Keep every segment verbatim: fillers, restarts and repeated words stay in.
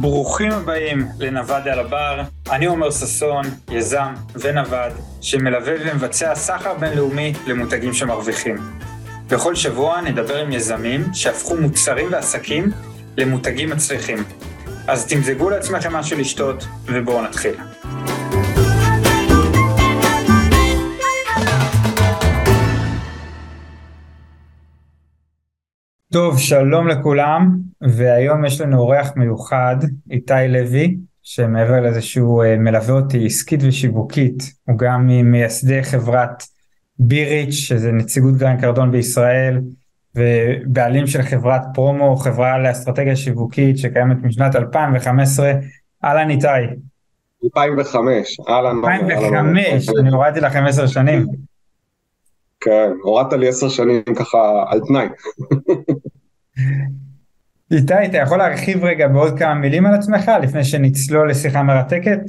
ברוכים הבאים לנווד על הבר. אני עומר ששון, יזם ונווד שמלווה ומבצע סחר בינלאומי למותגים שמרוויחים. בכל שבוע נדבר עם יזמים שהפכו מוצרים ועסקים למותגים מצליחים. אז תמזגו לעצמכם משהו לשתות ובואו נתחיל. טוב, שלום לכולם, והיום יש לנו אורח מיוחד, איתי לוי, שמעבר לזה שהוא מלווה אותי עסקית ושיווקית, הוא גם ממייסדי חברת ביריץ', שזה נציגות גרנד קרדון בישראל, ובעלים של חברת פרומו, חברה לאסטרטגיה שיווקית שקיימת משנת אלפיים וחמש עשרה. אהלן איתי. אלפיים וחמש, אהלן. אלפיים וחמש, אני הורדתי לכם עשר שנים. כן, הורדת לי עשר שנים ככה על תנאי. איתי, אתה יכול להרחיב רגע בעוד כמה מילים על עצמך, לפני שנצלול לשיחה מרתקת?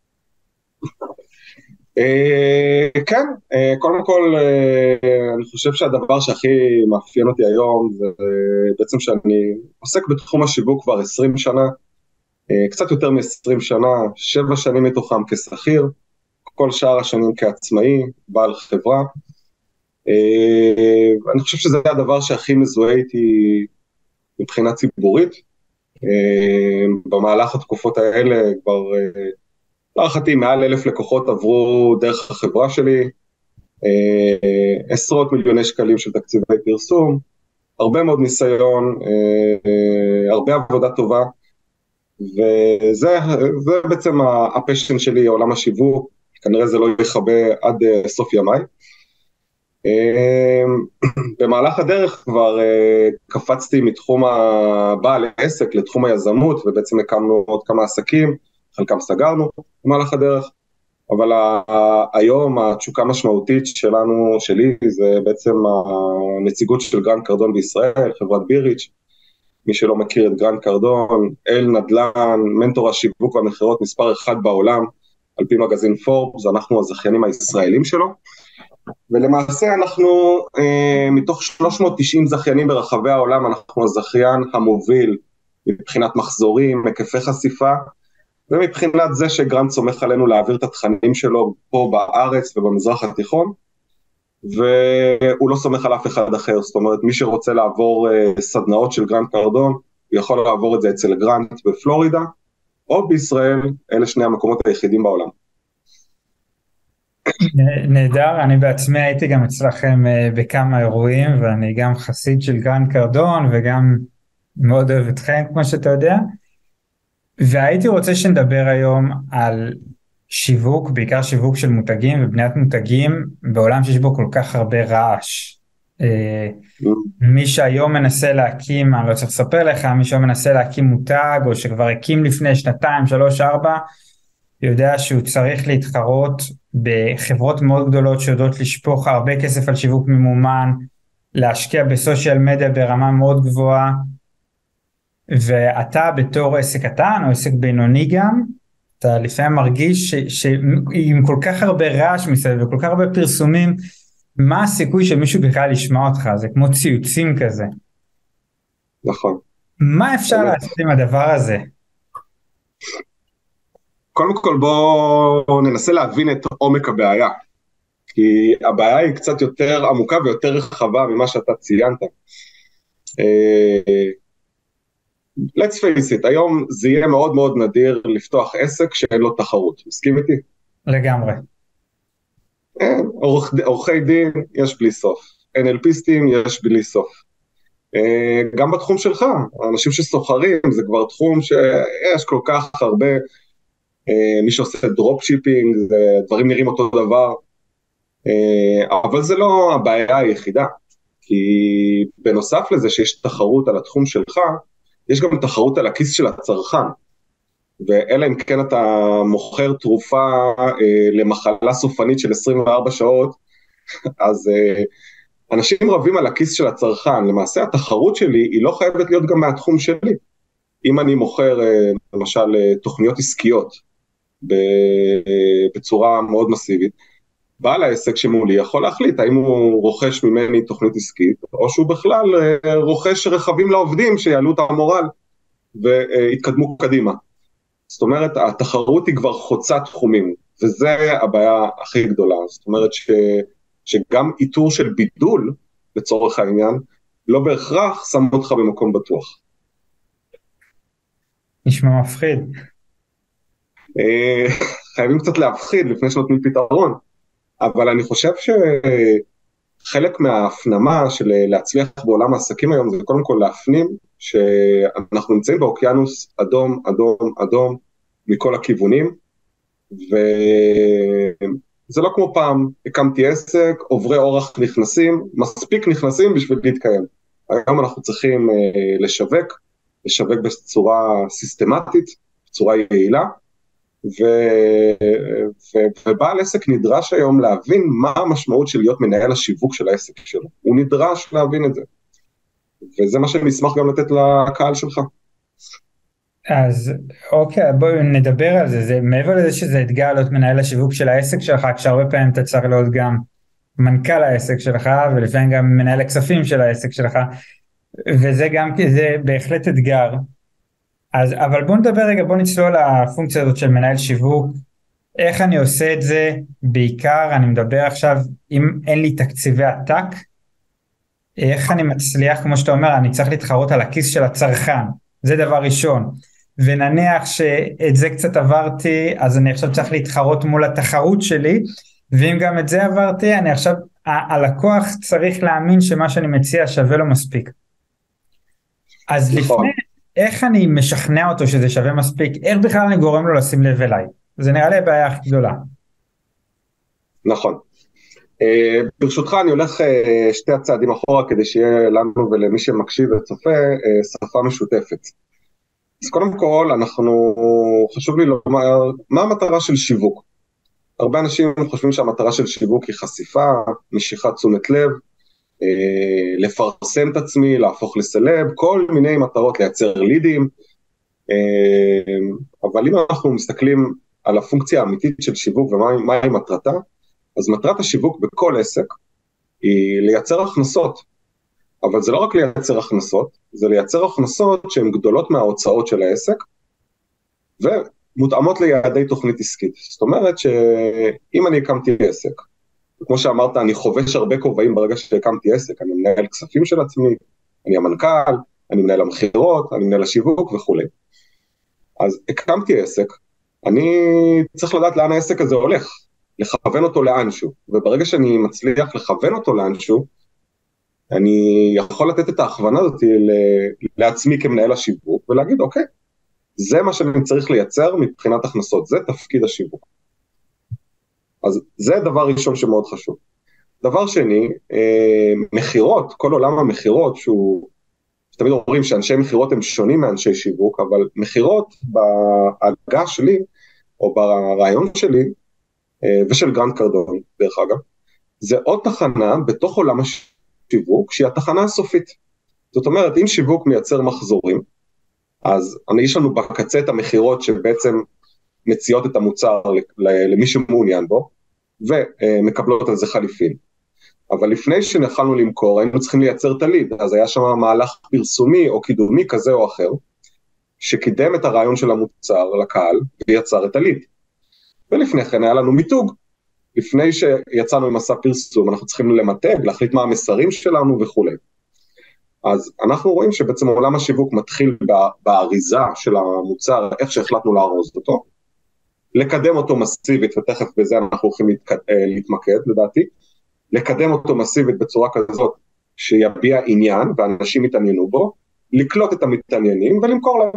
כן, קודם כל, אני חושב שהדבר שהכי מאפיין אותי היום, זה בעצם שאני עוסק בתחום השיווק כבר עשרים שנה, קצת יותר מ-עשרים שנה, שבע שנים מתוכם כשכיר, כל שאר השנים כעצמאי, בעל חברה. אני חושב שזה הדבר שהכי מזוהה איתי מבחינה ציבורית. במהלך התקופות האלה כבר להערכתי מעל אלף לקוחות עברו דרך החברה שלי, עשרות מיליוני שקלים של תקציבי פרסום, הרבה מאוד ניסיון, הרבה עבודה טובה, וזה זה בעצם הפשן שלי, עולם השיווק. כנראה זה לא יכבה עד סוף ימיי. במהלך הדרך כבר קפצתי מתחום הבעל עסק לתחום היזמות, ובעצם הקמנו עוד כמה עסקים, חלקם סגרנו במהלך הדרך, אבל היום התשוקה המשמעותית שלנו, שלי, זה בעצם הנציגות של גרנד קרדון בישראל, חברת ביריץ'. מי שלא מכיר את גרנד קרדון, אל נדל"ן, מנטור השיווק והמחירות מספר אחד בעולם, על פי מגזין פורבס, אנחנו הזכיינים הישראלים שלו. ולמעשה אנחנו, אה, מתוך שלוש מאות ותשעים זכיינים ברחבי העולם, אנחנו הזכיין המוביל מבחינת מחזורים, היקפי חשיפה, ומבחינת זה שגרנד סומך עלינו להעביר את התכנים שלו פה בארץ ובמזרח התיכון, והוא לא סומך על אף אחד אחר. זאת אומרת, מי שרוצה לעבור אה, סדנאות של גרנד קרדון, הוא יכול לעבור את זה אצל גרנד בפלורידה, או בישראל. אלה שני המקומות היחידים בעולם. נהדר, אני בעצמי הייתי גם אצלכם בכמה אירועים, ואני גם חסיד של גרנד קרדון, וגם מאוד אוהב אתכם, כמו שאתה יודע, והייתי רוצה שנדבר היום על שיווק, בעיקר שיווק של מותגים ובניית מותגים, בעולם שיש בו כל כך הרבה רעש. מי שהיום מנסה להקים, אני לא צריך לספר לך, מי שהיום מנסה להקים מותג, או שכבר הקים לפני שנתיים, שלוש, ארבע, יודע שהוא צריך להתחרות בחברות מאוד גדולות שיודעות לשפוך הרבה כסף על שיווק ממומן, להשקיע בסושיאל מדיה ברמה מאוד גבוהה, ואתה בתור עסק קטן או עסק בינוני גם, אתה לפעמים מרגיש שעם כל כך הרבה רעש מסביב וכל כך הרבה פרסומים, מה הסיכוי שמישהו בכלל ישמע אותך? זה כמו ציוצים כזה. נכון. מה אפשר לעשות עם הדבר הזה? קודם כל בואו ננסה להבין את עומק הבעיה, כי הבעיה היא קצת יותר עמוקה ויותר רחבה ממה שאתה ציינת. Let's face it, היום זה יהיה מאוד מאוד נדיר לפתוח עסק שאין לו תחרות, מסכים איתי? לגמרי. עורכי דין יש בלי סוף, אן אל פיסטים יש בלי סוף. גם בתחום שלך, האנשים שסוחרים, זה כבר תחום שיש כל כך הרבה, מי שעושה דרופ שיפינג, דברים נראים אותו דבר, אבל זה לא הבעיה היחידה, כי בנוסף לזה שיש תחרות על התחום שלך, יש גם תחרות על הכיס של הצרכן, ואלה אם כן אתה מוכר תרופה למחלה סופנית של עשרים וארבע שעות, אז אנשים רבים על הכיס של הצרכן. למעשה התחרות שלי היא לא חייבת להיות גם מהתחום שלי. אם אני מוכר למשל תוכניות עסקיות בצורה מאוד מסיבית, בעל העסק שמולי יכול להחליט האם הוא רוכש ממני תוכנית עסקית, או שהוא בכלל רוכש רכבים לעובדים שיעלו את המורל והתקדמו קדימה. זאת אומרת, התחרות היא כבר חוצה תחומים, וזה הבעיה הכי גדולה. זאת אומרת ש, שגם איתור של בידול, לצורך העניין, לא בהכרח שם אותך במקום בטוח. נשמע מפחיד. חייבים קצת להפחיד לפני שנותנים פתרון, אבל אני חושב שחלק מההפנמה של להצליח בעולם העסקים היום, זה קודם כל להפנים שאנחנו נמצאים באוקיינוס אדום, אדום, אדום, מכל הכיוונים, וזה לא כמו פעם, הקמתי עסק, עוברי אורח נכנסים, מספיק נכנסים בשביל להתקיים. היום אנחנו צריכים לשווק, לשווק בצורה סיסטמטית, בצורה יעילה, ו... ו... ובעל עסק נדרש היום להבין מה המשמעות של להיות מנהל השיווק של העסק שלו. הוא נדרש להבין את זה. וזה מה שאני אשמח גם לתת לקהל שלך. אז אוקיי, בואו נדבר על זה. זה מעבר לזה שזה אתגר להיות מנהל השיווק של העסק שלך, כשהרבה פעמים אתה צריך להיות גם מנכ"ל העסק שלך, ולפעמים גם מנהל הכספים של העסק שלך, וזה גם, זה בהחלט אתגר. אז, אבל בואו נדבר רגע, בואו נצלול לפונקציה הזאת של מנהל שיווק, איך אני עושה את זה, בעיקר אני מדבר עכשיו, אם אין לי תקציבי עתק, איך אני מצליח, כמו שאתה אומר, אני צריך להתחרות על הכיס של הצרכן, זה דבר ראשון, ונניח שאת זה קצת עברתי, אז אני עכשיו צריך להתחרות מול התחרות שלי, ואם גם את זה עברתי, אני עכשיו, הלקוח צריך להאמין שמה שאני מציע שווה לו מספיק. אז לפני, איך אני משכנע אותו שזה שווה מספיק, איך בכלל אני גורם לו לשים לב אליי? זה נראה לי הבעיה הכי גדולה. נכון. Uh, ברשותך אני הולך uh, שתי הצעדים אחורה, כדי שיהיה לנו ולמי שמקשיב וצופה uh, שפה משותפת. אז קודם כל, אנחנו, חשוב לי לומר, מה המטרה של שיווק? הרבה אנשים חושבים שהמטרה של שיווק היא חשיפה, משיכת תשומת לב, לפרסם את עצמי, להפוך לסלב, כל מיני מטרות, לייצר לידים, אבל אם אנחנו מסתכלים על הפונקציה האמיתית של שיווק ומה היא מטרתה, אז מטרת השיווק בכל עסק היא לייצר הכנסות, אבל זה לא רק לייצר הכנסות, זה לייצר הכנסות שהן גדולות מההוצאות של העסק, ומותאמות ליעדי תוכנית עסקית. זאת אומרת שאם אני הקמתי עסק, כמו שאמרת, אני חובש הרבה כובעים ברגע שהקמתי עסק, אני מנהל כספים של עצמי, אני המנכ"ל, אני מנהל המחירות, אני מנהל השיווק וכו'. אז הקמתי עסק, אני צריך לדעת לאן העסק הזה הולך, לכוון אותו לאנשהו, וברגע שאני מצליח לכוון אותו לאנשהו, אני יכול לתת את ההכוונה הזאת לעצמי כמנהל השיווק, ולהגיד, אוקיי, זה מה שאני צריך לייצר מבחינת הכנסות, זה תפקיד השיווק. אז זה דבר ראשון שמאוד חשוב. דבר שני, מחירות, כל עולם המחירות, שהוא, שתמיד אומרים שאנשי מחירות הם שונים מאנשי שיווק, אבל מחירות בהגה שלי, או ברעיון שלי, ושל גרנט קרדון, דרך אגב, זה עוד תחנה בתוך עולם השיווק, שהיא התחנה הסופית. זאת אומרת, אם שיווק מייצר מחזורים, אז יש לנו בקצה את המחירות שבעצם מציעות את המוצר למי שמעוניין בו, ומקבלות על זה חליפין. אבל לפני שנכלנו למכור, היינו צריכים לייצר את הליד, אז היה שם מהלך פרסומי או קידומי כזה או אחר, שקידם את הרעיון של המוצר לקהל, ויצר את הליד. ולפני כן היה לנו מיתוג. לפני שיצאנו עם מסע פרסום, אנחנו צריכים למתג, להחליט מה המסרים שלנו וכו'. אז אנחנו רואים שבעצם עולם השיווק מתחיל באריזה של המוצר, איך שהחלטנו לארוז אותו, לקדם אותו מסיבית, ותכף בזה אנחנו הולכים להתמקד, לדעתי, לקדם אותו מסיבית בצורה כזאת, שיביע עניין, ואנשים יתעניינו בו, לקלוט את המתעניינים, ולמכור להם.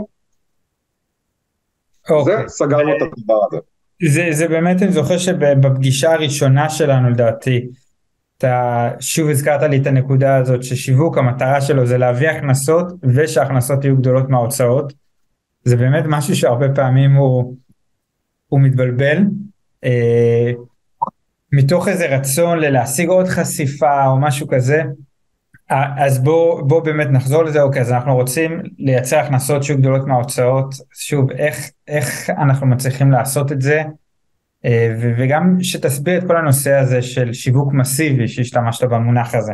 Okay. זה, סגרנו את הדבר הזה. זה, זה באמת, אני זוכר שבפגישה הראשונה שלנו, לדעתי, אתה שוב הזכרת לי את הנקודה הזאת, ששיווק, המטרה שלו זה להביא הכנסות, ושההכנסות יהיו גדולות מההוצאות. זה באמת משהו שהרבה פעמים הוא... הוא מתבלבל, אה, מתוך איזה רצון להשיג עוד חשיפה או משהו כזה, אז בוא, בוא באמת נחזור לזה. אוקיי, אז אנחנו רוצים לייצר הכנסות שיהיו גדולות מההוצאות, שוב, איך, איך אנחנו מצליחים לעשות את זה, אה, ו- וגם שתסביר את כל הנושא הזה של שיווק מסיבי, שהשתמשת במונח הזה.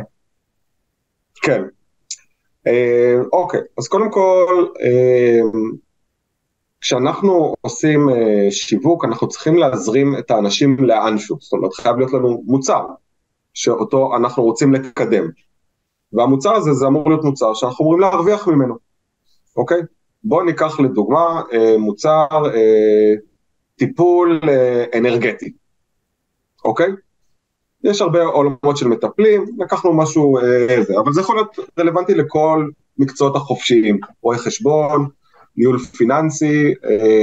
כן, אה, אוקיי, אז קודם כל, אה, כשאנחנו עושים uh, שיווק, אנחנו צריכים להזרים את האנשים לאנשהו, זאת אומרת, חייב להיות לנו מוצר, שאותו אנחנו רוצים לקדם, והמוצר הזה זה אמור להיות מוצר שאנחנו אמורים להרוויח ממנו, אוקיי? בואו ניקח לדוגמה uh, מוצר uh, טיפול uh, אנרגטי, אוקיי? יש הרבה עולמות של מטפלים, לקחנו משהו איזה, אבל זה יכול להיות רלוונטי לכל מקצועות החופשיים, רואי חשבון, ניהול פיננסי,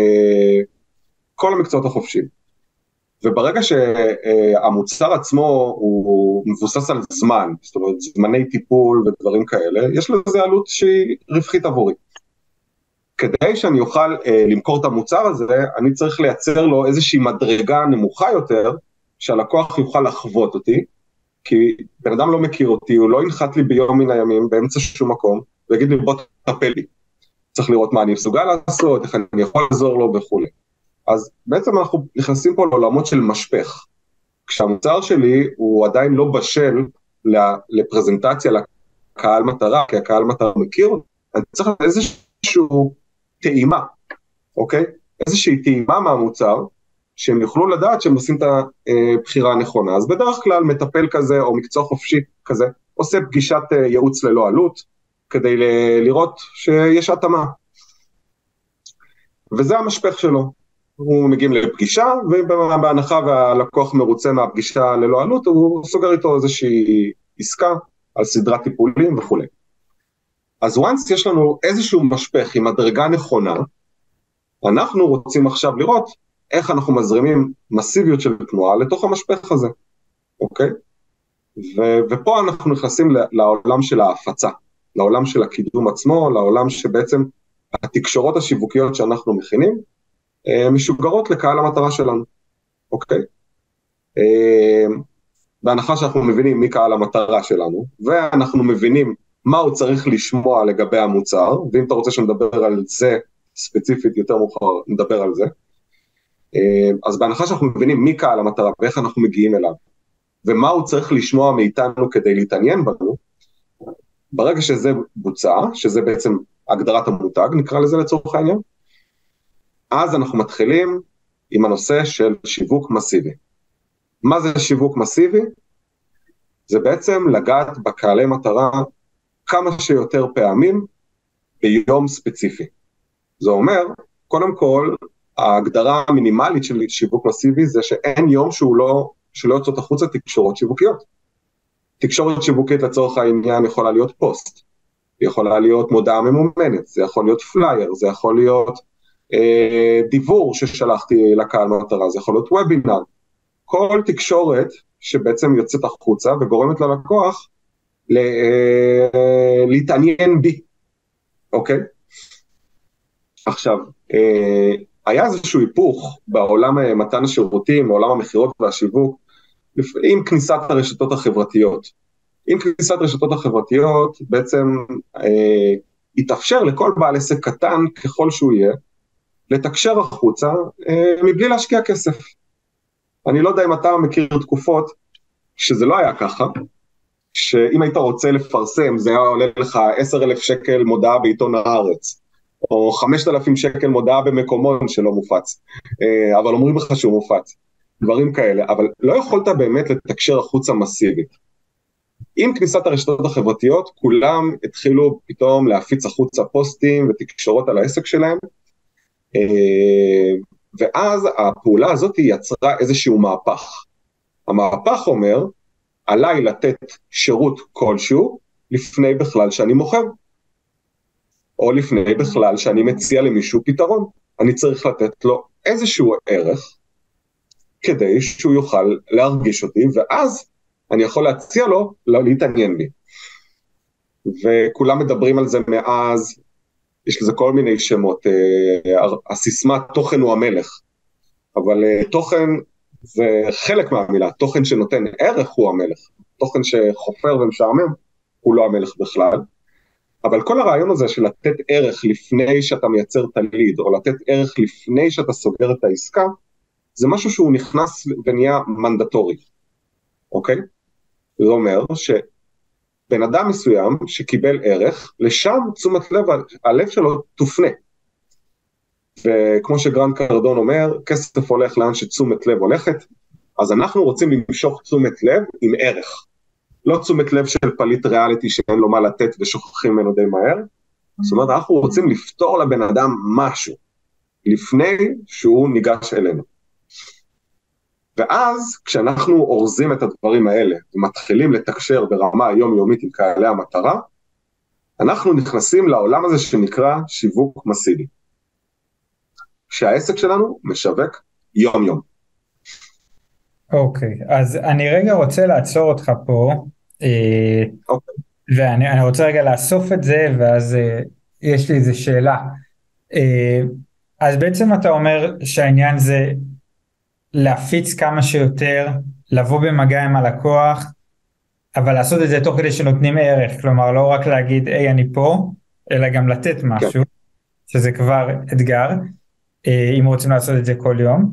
כל המקצועות החופשיים. וברגע שהמוצר עצמו הוא מבוסס על זמן, זאת אומרת זמני טיפול ודברים כאלה, יש לזה עלות שהיא רווחית עבורי. כדי שאני אוכל למכור את המוצר הזה, אני צריך לייצר לו איזושהי מדרגה נמוכה יותר, שהלקוח יוכל לחוות אותי, כי בן אדם לא מכיר אותי, הוא לא ינחת לי ביום מן הימים, באמצע שום מקום, ויגיד לי בוא תטפל לי. צריך לראות מה אני מסוגל לעשות, איך אני יכול לעזור לו וכו'. אז בעצם אנחנו נכנסים פה לעולמות של משפך. כשהמוצר שלי הוא עדיין לא בשל לפרזנטציה לקהל מטרה, כי הקהל מטרה מכיר, אני צריך איזשהו טעימה, אוקיי? איזושהי טעימה מהמוצר, שהם יוכלו לדעת שהם עושים את הבחירה הנכונה. אז בדרך כלל מטפל כזה או מקצוע חופשי כזה, עושה פגישת ייעוץ ללא עלות, כדי לראות שיש התאמה. וזה המשפך שלו. הוא מגיעים לפגישה, ובהנחה והלקוח מרוצה מהפגישה ללא עלות, הוא סוגר איתו איזושהי עסקה על סדרת טיפולים וכו'. אז once יש לנו איזשהו משפך עם הדרגה נכונה, אנחנו רוצים עכשיו לראות איך אנחנו מזרימים מסיביות של תנועה לתוך המשפך הזה, אוקיי? ו- ופה אנחנו נכנסים לעולם של ההפצה, לעולם של הקידום עצמו, לעולם שבעצם התקשורות השיווקיות שאנחנו מכינים, משוגרות לקהל המטרה שלנו, אוקיי? בהנחה שאנחנו מבינים מי קהל המטרה שלנו, ואנחנו מבינים מה הוא צריך לשמוע לגבי המוצר, ואם אתה רוצה שנדבר על זה ספציפית יותר מאוחר, נדבר על זה, אז בהנחה שאנחנו מבינים מי קהל המטרה ואיך אנחנו מגיעים אליו, ומה הוא צריך לשמוע מאיתנו כדי להתעניין בנו, ברגע שזה בוצע, שזה בעצם הגדרת המותג, נקרא לזה לצורך העניין, אז אנחנו מתחילים עם הנושא של שיווק מסיבי. מה זה שיווק מסיבי? זה בעצם לגעת בקהלי מטרה כמה שיותר פעמים ביום ספציפי. זה אומר, קודם כל, ההגדרה המינימלית של שיווק מסיבי זה שאין יום שהוא לא, שלא יוצאות החוצה תקשורות שיווקיות. תקשורת שיווקית לצורך העניין יכולה להיות פוסט, יכולה להיות מודעה ממומנת, זה יכול להיות פלייר, זה יכול להיות אה, דיבור ששלחתי לקהל מטרה, זה יכול להיות וובינר. כל תקשורת שבעצם יוצאת החוצה וגורמת ללקוח ל, אה, להתעניין בי, אוקיי? עכשיו, אה, היה איזשהו היפוך בעולם מתן השירותים, בעולם המחירות והשיווק, עם כניסת הרשתות החברתיות. עם כניסת הרשתות החברתיות בעצם אה, יתאפשר לכל בעל עסק קטן ככל שהוא יהיה, לתקשר החוצה אה, מבלי להשקיע כסף. אני לא יודע אם אתה מכיר תקופות שזה לא היה ככה, שאם היית רוצה לפרסם זה היה עולה לך עשרת אלפים שקל מודעה בעיתון הארץ, או חמשת אלפים שקל מודעה במקומון שלא מופץ, אה, אבל אומרים לך שהוא מופץ. דברים כאלה, אבל לא יכולת באמת לתקשר החוצה מסיבית. עם כניסת הרשתות החברתיות, כולם התחילו פתאום להפיץ החוצה פוסטים ותקשורות על העסק שלהם, ואז הפעולה הזאת יצרה איזשהו מהפך. המהפך אומר, עליי לתת שירות כלשהו, לפני בכלל שאני מוכר, או לפני בכלל שאני מציע למישהו פתרון. אני צריך לתת לו איזשהו ערך, כדי שהוא יוכל להרגיש אותי, ואז אני יכול להציע לו להתעניין בי. וכולם מדברים על זה מאז, יש לזה כל מיני שמות, הסיסמה תוכן הוא המלך, אבל תוכן זה חלק מהמילה, תוכן שנותן ערך הוא המלך, תוכן שחופר ומשעמם הוא לא המלך בכלל, אבל כל הרעיון הזה של לתת ערך לפני שאתה מייצר תליד, או לתת ערך לפני שאתה סוגר את העסקה, זה משהו שהוא נכנס ונהיה מנדטורי, אוקיי? זה אומר שבן אדם מסוים שקיבל ערך, לשם תשומת לב, הלב שלו תופנה. וכמו שגרנט קרדון אומר, כסף הולך לאן שתשומת לב הולכת, אז אנחנו רוצים למשוך תשומת לב עם ערך. לא תשומת לב של פליט ריאליטי שאין לו מה לתת ושוכחים ממנו די מהר, זאת אומרת, אנחנו רוצים לפתור לבן אדם משהו, לפני שהוא ניגש אלינו. ואז, כשאנחנו אורזים את הדברים האלה, ומתחילים לתקשר ברמה היומיומית עם קהלי המטרה, אנחנו נכנסים לעולם הזה שנקרא שיווק מסיבי. שהעסק שלנו משווק יום-יום. אוקיי, אז אני רגע רוצה לעצור אותך פה, אה, אוקיי. ואני אני רוצה רגע לאסוף את זה, ואז אה, יש לי איזו שאלה. אה, אז בעצם אתה אומר שהעניין זה להפיץ כמה שיותר, לבוא במגע עם הלקוח, אבל לעשות את זה תוך כדי שנותנים ערך, כלומר לא רק להגיד, היי אני פה, אלא גם לתת משהו, כן. שזה כבר אתגר, אה, אם רוצים לעשות את זה כל יום.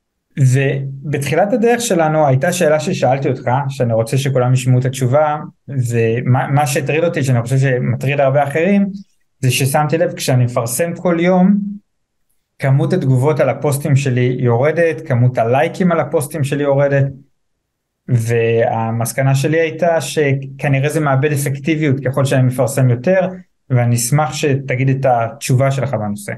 ובתחילת הדרך שלנו הייתה שאלה ששאלתי אותך, שאני רוצה שכולם ישמעו את התשובה, ומה שהטריד אותי, שאני חושב שמטריד הרבה אחרים, זה ששמתי לב כשאני מפרסם כל יום, כמות התגובות על הפוסטים שלי יורדת, כמות הלייקים על הפוסטים שלי יורדת, והמסקנה שלי הייתה שכנראה זה מאבד אפקטיביות ככל שאני מפרסם יותר, ואני אשמח שתגיד את התשובה שלך בנושא.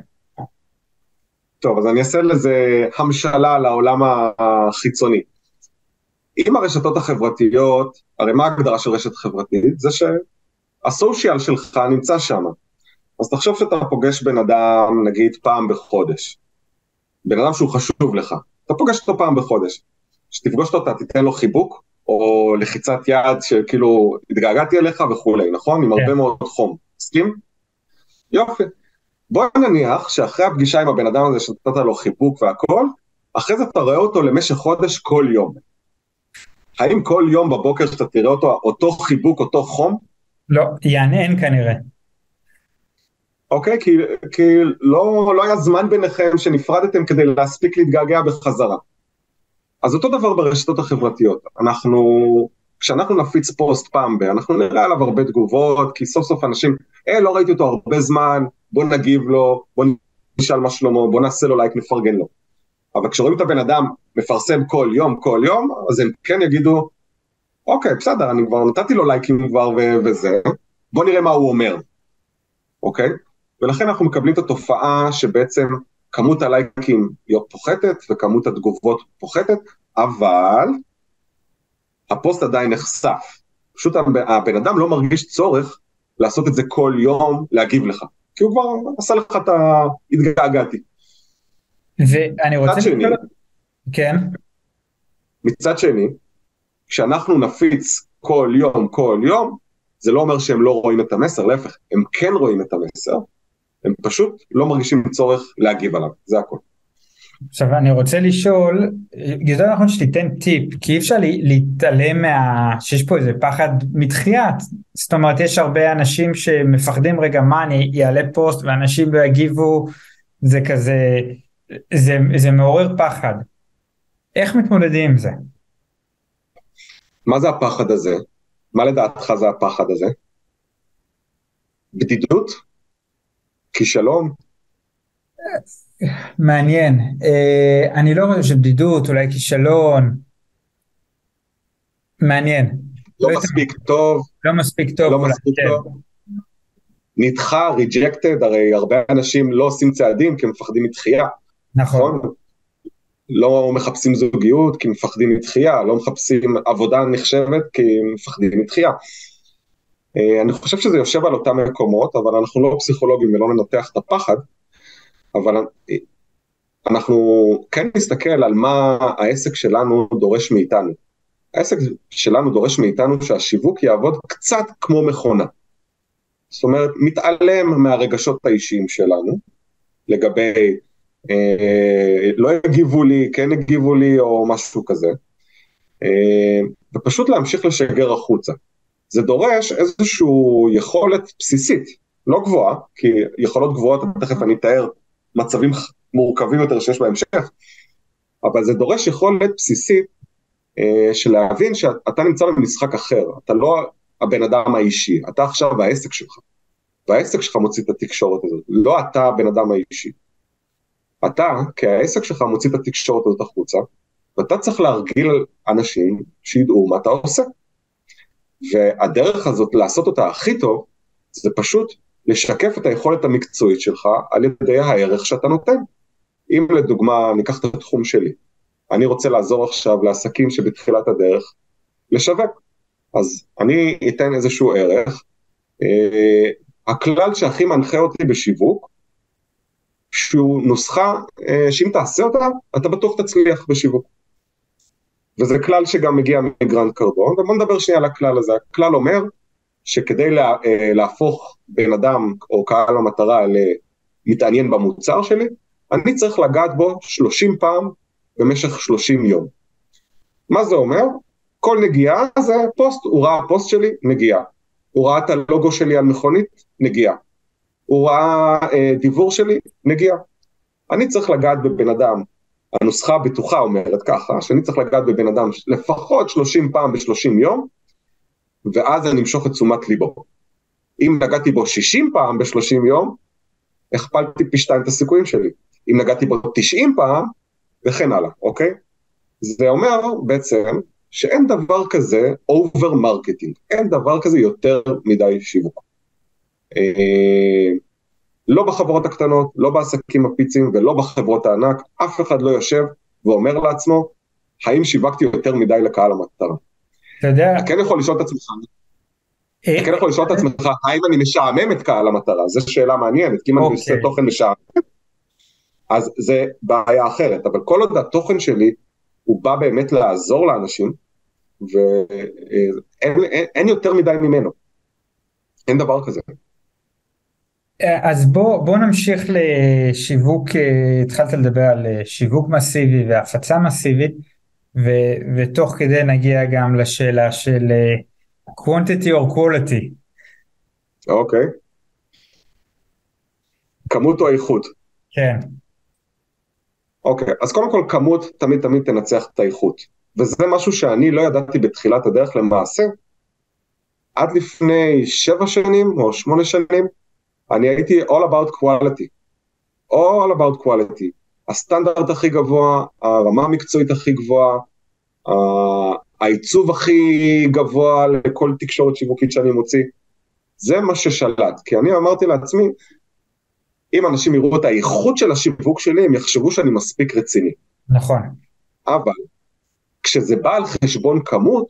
טוב, אז אני אעשה לזה המשלה לעולם החיצוני. עם הרשתות החברתיות, הרי מה ההגדרה של רשת חברתית? זה שהסושיאל שלך נמצא שם. אז תחשוב שאתה פוגש בן אדם, נגיד, פעם בחודש. בן אדם שהוא חשוב לך. אתה פוגש אותו פעם בחודש. שתפגוש אותו, אתה תיתן לו חיבוק, או לחיצת יד שכאילו התגעגעתי אליך וכולי, נכון? עם הרבה מאוד חום. מסכים? יופי. בוא נניח שאחרי הפגישה עם הבן אדם הזה שנתת לו חיבוק והכל, אחרי זה אתה רואה אותו למשך חודש כל יום. האם כל יום בבוקר שאתה תראה אותו, אותו חיבוק, אותו חום? לא, יענן כנראה. אוקיי, כי, כי לא, לא היה זמן ביניכם שנפרדתם כדי להספיק להתגעגע בחזרה. אז אותו דבר ברשתות החברתיות. אנחנו, כשאנחנו נפיץ פוסט פעם ב, אנחנו נראה עליו הרבה תגובות, כי סוף סוף אנשים, אה, לא ראיתי אותו הרבה זמן, בוא נגיב לו, בוא נשאל מה שלמה, בוא נעשה לו לייק, נפרגן לו. אבל כשרואים את הבן אדם מפרסם כל יום, כל יום, אז הם כן יגידו, אוקיי, בסדר, אני כבר נתתי לו לייקים כבר ו- וזה, בוא נראה מה הוא אומר. אוקיי? ולכן אנחנו מקבלים את התופעה שבעצם כמות הלייקים היא פוחתת, וכמות התגובות פוחתת, אבל הפוסט עדיין נחשף. פשוט הבן אדם לא מרגיש צורך לעשות את זה כל יום, להגיב לך. כי הוא כבר עשה לך את ההתגעגעתי. ואני רוצה... שני, כן. מצד שני, כשאנחנו נפיץ כל יום, כל יום, זה לא אומר שהם לא רואים את המסר, להפך, הם כן רואים את המסר, הם פשוט לא מרגישים צורך להגיב עליו, זה הכל. עכשיו אני רוצה לשאול, יותר נכון שתיתן טיפ, כי אי אפשר להתעלם מה... שיש פה איזה פחד מתחיית, זאת אומרת יש הרבה אנשים שמפחדים רגע מה אני יעלה פוסט ואנשים לא יגיבו, זה כזה, זה, זה מעורר פחד. איך מתמודדים עם זה? מה זה הפחד הזה? מה לדעתך זה הפחד הזה? בדידות? כישלון? מעניין, אני לא חושב שבדידות, אולי כישלון, מעניין. לא מספיק טוב. לא מספיק טוב. לא מספיק טוב. נדחה, ריג'קטד, הרי הרבה אנשים לא עושים צעדים כי הם מפחדים מתחייה. נכון. לא מחפשים זוגיות כי מפחדים מתחייה, לא מחפשים עבודה נחשבת כי מפחדים מתחייה. אני חושב שזה יושב על אותם מקומות, אבל אנחנו לא פסיכולוגים ולא ננתח את הפחד, אבל אנחנו כן נסתכל על מה העסק שלנו דורש מאיתנו. העסק שלנו דורש מאיתנו שהשיווק יעבוד קצת כמו מכונה. זאת אומרת, מתעלם מהרגשות האישיים שלנו, לגבי אה, לא הגיבו לי, כן הגיבו לי או משהו כזה, אה, ופשוט להמשיך לשגר החוצה. זה דורש איזושהי יכולת בסיסית, לא גבוהה, כי יכולות גבוהות, תכף אני אתאר מצבים מורכבים יותר שיש בהמשך, אבל זה דורש יכולת בסיסית אה, של להבין שאתה נמצא במשחק אחר, אתה לא הבן אדם האישי, אתה עכשיו העסק שלך, והעסק שלך מוציא את התקשורת הזאת, לא אתה הבן אדם האישי. אתה, כי העסק שלך מוציא את התקשורת הזאת החוצה, ואתה צריך להרגיל אנשים שידעו מה אתה עושה. והדרך הזאת לעשות אותה הכי טוב, זה פשוט לשקף את היכולת המקצועית שלך על ידי הערך שאתה נותן. אם לדוגמה ניקח את התחום שלי, אני רוצה לעזור עכשיו לעסקים שבתחילת הדרך לשווק, אז אני אתן איזשהו ערך, אה, הכלל שהכי מנחה אותי בשיווק, שהוא נוסחה אה, שאם תעשה אותה, אתה בטוח תצליח בשיווק. וזה כלל שגם מגיע מגרנט קרדון, ובוא נדבר שנייה על הכלל הזה. הכלל אומר שכדי לה, אה, להפוך בן אדם או קהל המטרה למתעניין במוצר שלי, אני צריך לגעת בו שלושים פעם במשך שלושים יום. מה זה אומר? כל נגיעה זה פוסט, הוא ראה הפוסט שלי, נגיעה. הוא ראה את הלוגו שלי על מכונית, נגיעה. הוא ראה אה, דיבור שלי, נגיעה. אני צריך לגעת בבן אדם, הנוסחה הבטוחה אומרת ככה, שאני צריך לגעת בבן אדם לפחות שלושים פעם ב-שלושים יום, ואז אני אמשוך את תשומת ליבו. אם נגעתי בו שישים פעם ב-שלושים יום, הכפלתי פי שתיים את הסיכויים שלי. אם נגעתי בו תשעים פעם, וכן הלאה, אוקיי? זה אומר בעצם שאין דבר כזה over marketing, אין דבר כזה יותר מדי שיווק. אה, לא בחברות הקטנות, לא בעסקים הפיצים ולא בחברות הענק, אף אחד לא יושב ואומר לעצמו, האם שיווקתי יותר מדי לקהל המטרה? אתה יודע... אתה כן יכול לשאול את עצמך, אתה כן יכול לשאול את עצמך, האם אני משעמם את קהל המטרה? זו שאלה מעניינת, כי אם אני עושה תוכן משעמם, אז זה בעיה אחרת, אבל כל עוד התוכן שלי, הוא בא באמת לעזור לאנשים, ואין אין, אין יותר מדי ממנו. אין דבר כזה. אז בוא, בוא נמשיך לשיווק, התחלת לדבר על שיווק מסיבי והפצה מסיבית, ו, ותוך כדי נגיע גם לשאלה של quantity or quality. אוקיי. כמות או איכות? כן. אוקיי, אז קודם כל כמות תמיד תמיד תנצח את האיכות, וזה משהו שאני לא ידעתי בתחילת הדרך למעשה, עד לפני שבע שנים או שמונה שנים, אני הייתי all about quality, all about quality, הסטנדרט הכי גבוה, הרמה המקצועית הכי גבוהה, העיצוב הכי גבוה לכל תקשורת שיווקית שאני מוציא, זה מה ששלט, כי אני אמרתי לעצמי, אם אנשים יראו את האיכות של השיווק שלי, הם יחשבו שאני מספיק רציני. נכון. אבל, כשזה בא על חשבון כמות,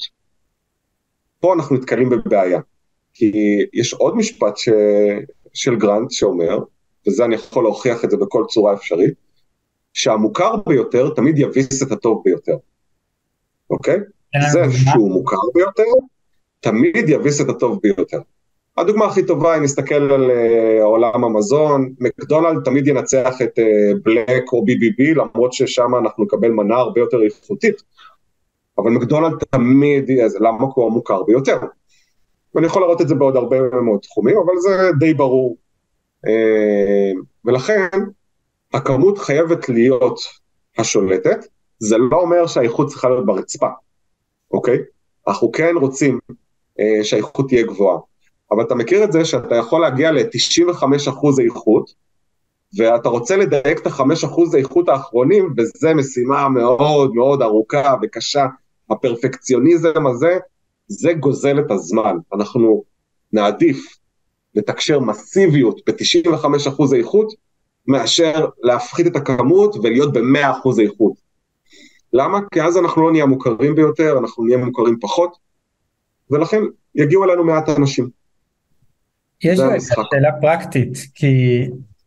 פה אנחנו נתקלים בבעיה. כי יש עוד משפט ש... של גרנט שאומר, וזה אני יכול להוכיח את זה בכל צורה אפשרית, שהמוכר ביותר תמיד יביס את הטוב ביותר. אוקיי? זה שהוא מוכר ביותר, תמיד יביס את הטוב ביותר. הדוגמה הכי טובה, אם נסתכל על uh, עולם המזון, מקדונלד תמיד ינצח את uh, בלק או בי בי בי, למרות ששם אנחנו נקבל מנה הרבה יותר איכותית, אבל מקדונלד תמיד, אז, למה הוא המוכר ביותר? ואני יכול לראות את זה בעוד הרבה מאוד תחומים, אבל זה די ברור. Uh, ולכן, הכמות חייבת להיות השולטת, זה לא אומר שהאיכות צריכה להיות ברצפה, אוקיי? אנחנו כן רוצים uh, שהאיכות תהיה גבוהה. אבל אתה מכיר את זה שאתה יכול להגיע ל-תשעים וחמישה אחוז איכות, ואתה רוצה לדייק את ה-חמישה אחוז האיכות האחרונים, וזה משימה מאוד מאוד ארוכה וקשה. הפרפקציוניזם הזה, זה גוזל את הזמן. אנחנו נעדיף לתקשר מסיביות ב-תשעים וחמישה אחוז האיכות, מאשר להפחית את הכמות ולהיות ב-מאה אחוז האיכות. למה? כי אז אנחנו לא נהיה מוכרים ביותר, אנחנו נהיה מוכרים פחות, ולכן יגיעו אלינו מעט אנשים. יש לי שאלה פרקטית, כי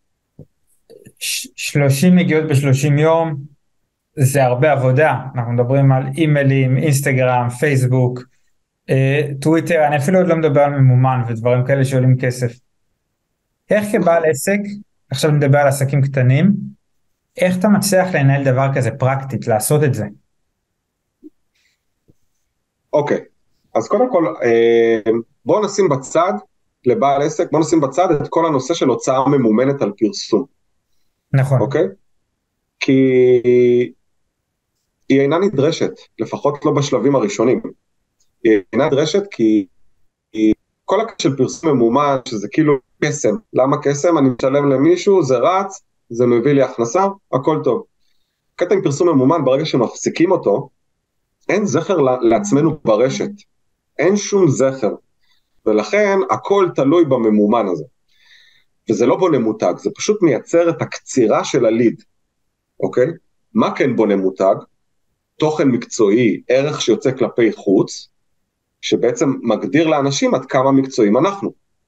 שלושים מגיעות ב-שלושים יום, זה הרבה עבודה, אנחנו מדברים על אימיילים, אינסטגרם, פייסבוק, טוויטר, אני אפילו עוד לא מדבר על ממומן ודברים כאלה שעולים כסף. איך כבעל עסק, עכשיו נדבר על עסקים קטנים, איך אתה מצליח לנהל דבר כזה פרקטית, לעשות את זה? אוקיי, אז קודם כל, בואו נשים בצד, לבעל עסק, בוא נשים בצד את כל הנושא של הוצאה ממומנת על פרסום. נכון. אוקיי? כי היא אינה נדרשת, לפחות לא בשלבים הראשונים. היא אינה נדרשת כי כל הקטע של פרסום ממומן, שזה כאילו קסם. למה קסם? אני משלם למישהו, זה רץ, זה מביא לי הכנסה, הכל טוב. קטע עם פרסום ממומן, ברגע שמפסיקים אותו, אין זכר לעצמנו ברשת, אין שום זכר, ולכן הכל תלוי בממומן הזה, וזה לא בונה מותג, זה פשוט מייצר את הקצירה של הליד, אוקיי? מה כן בונה מותג? תוכן מקצועי, ערך שיוצא כלפי חוץ, שבעצם מגדיר לאנשים עד כמה מקצועיים אנחנו.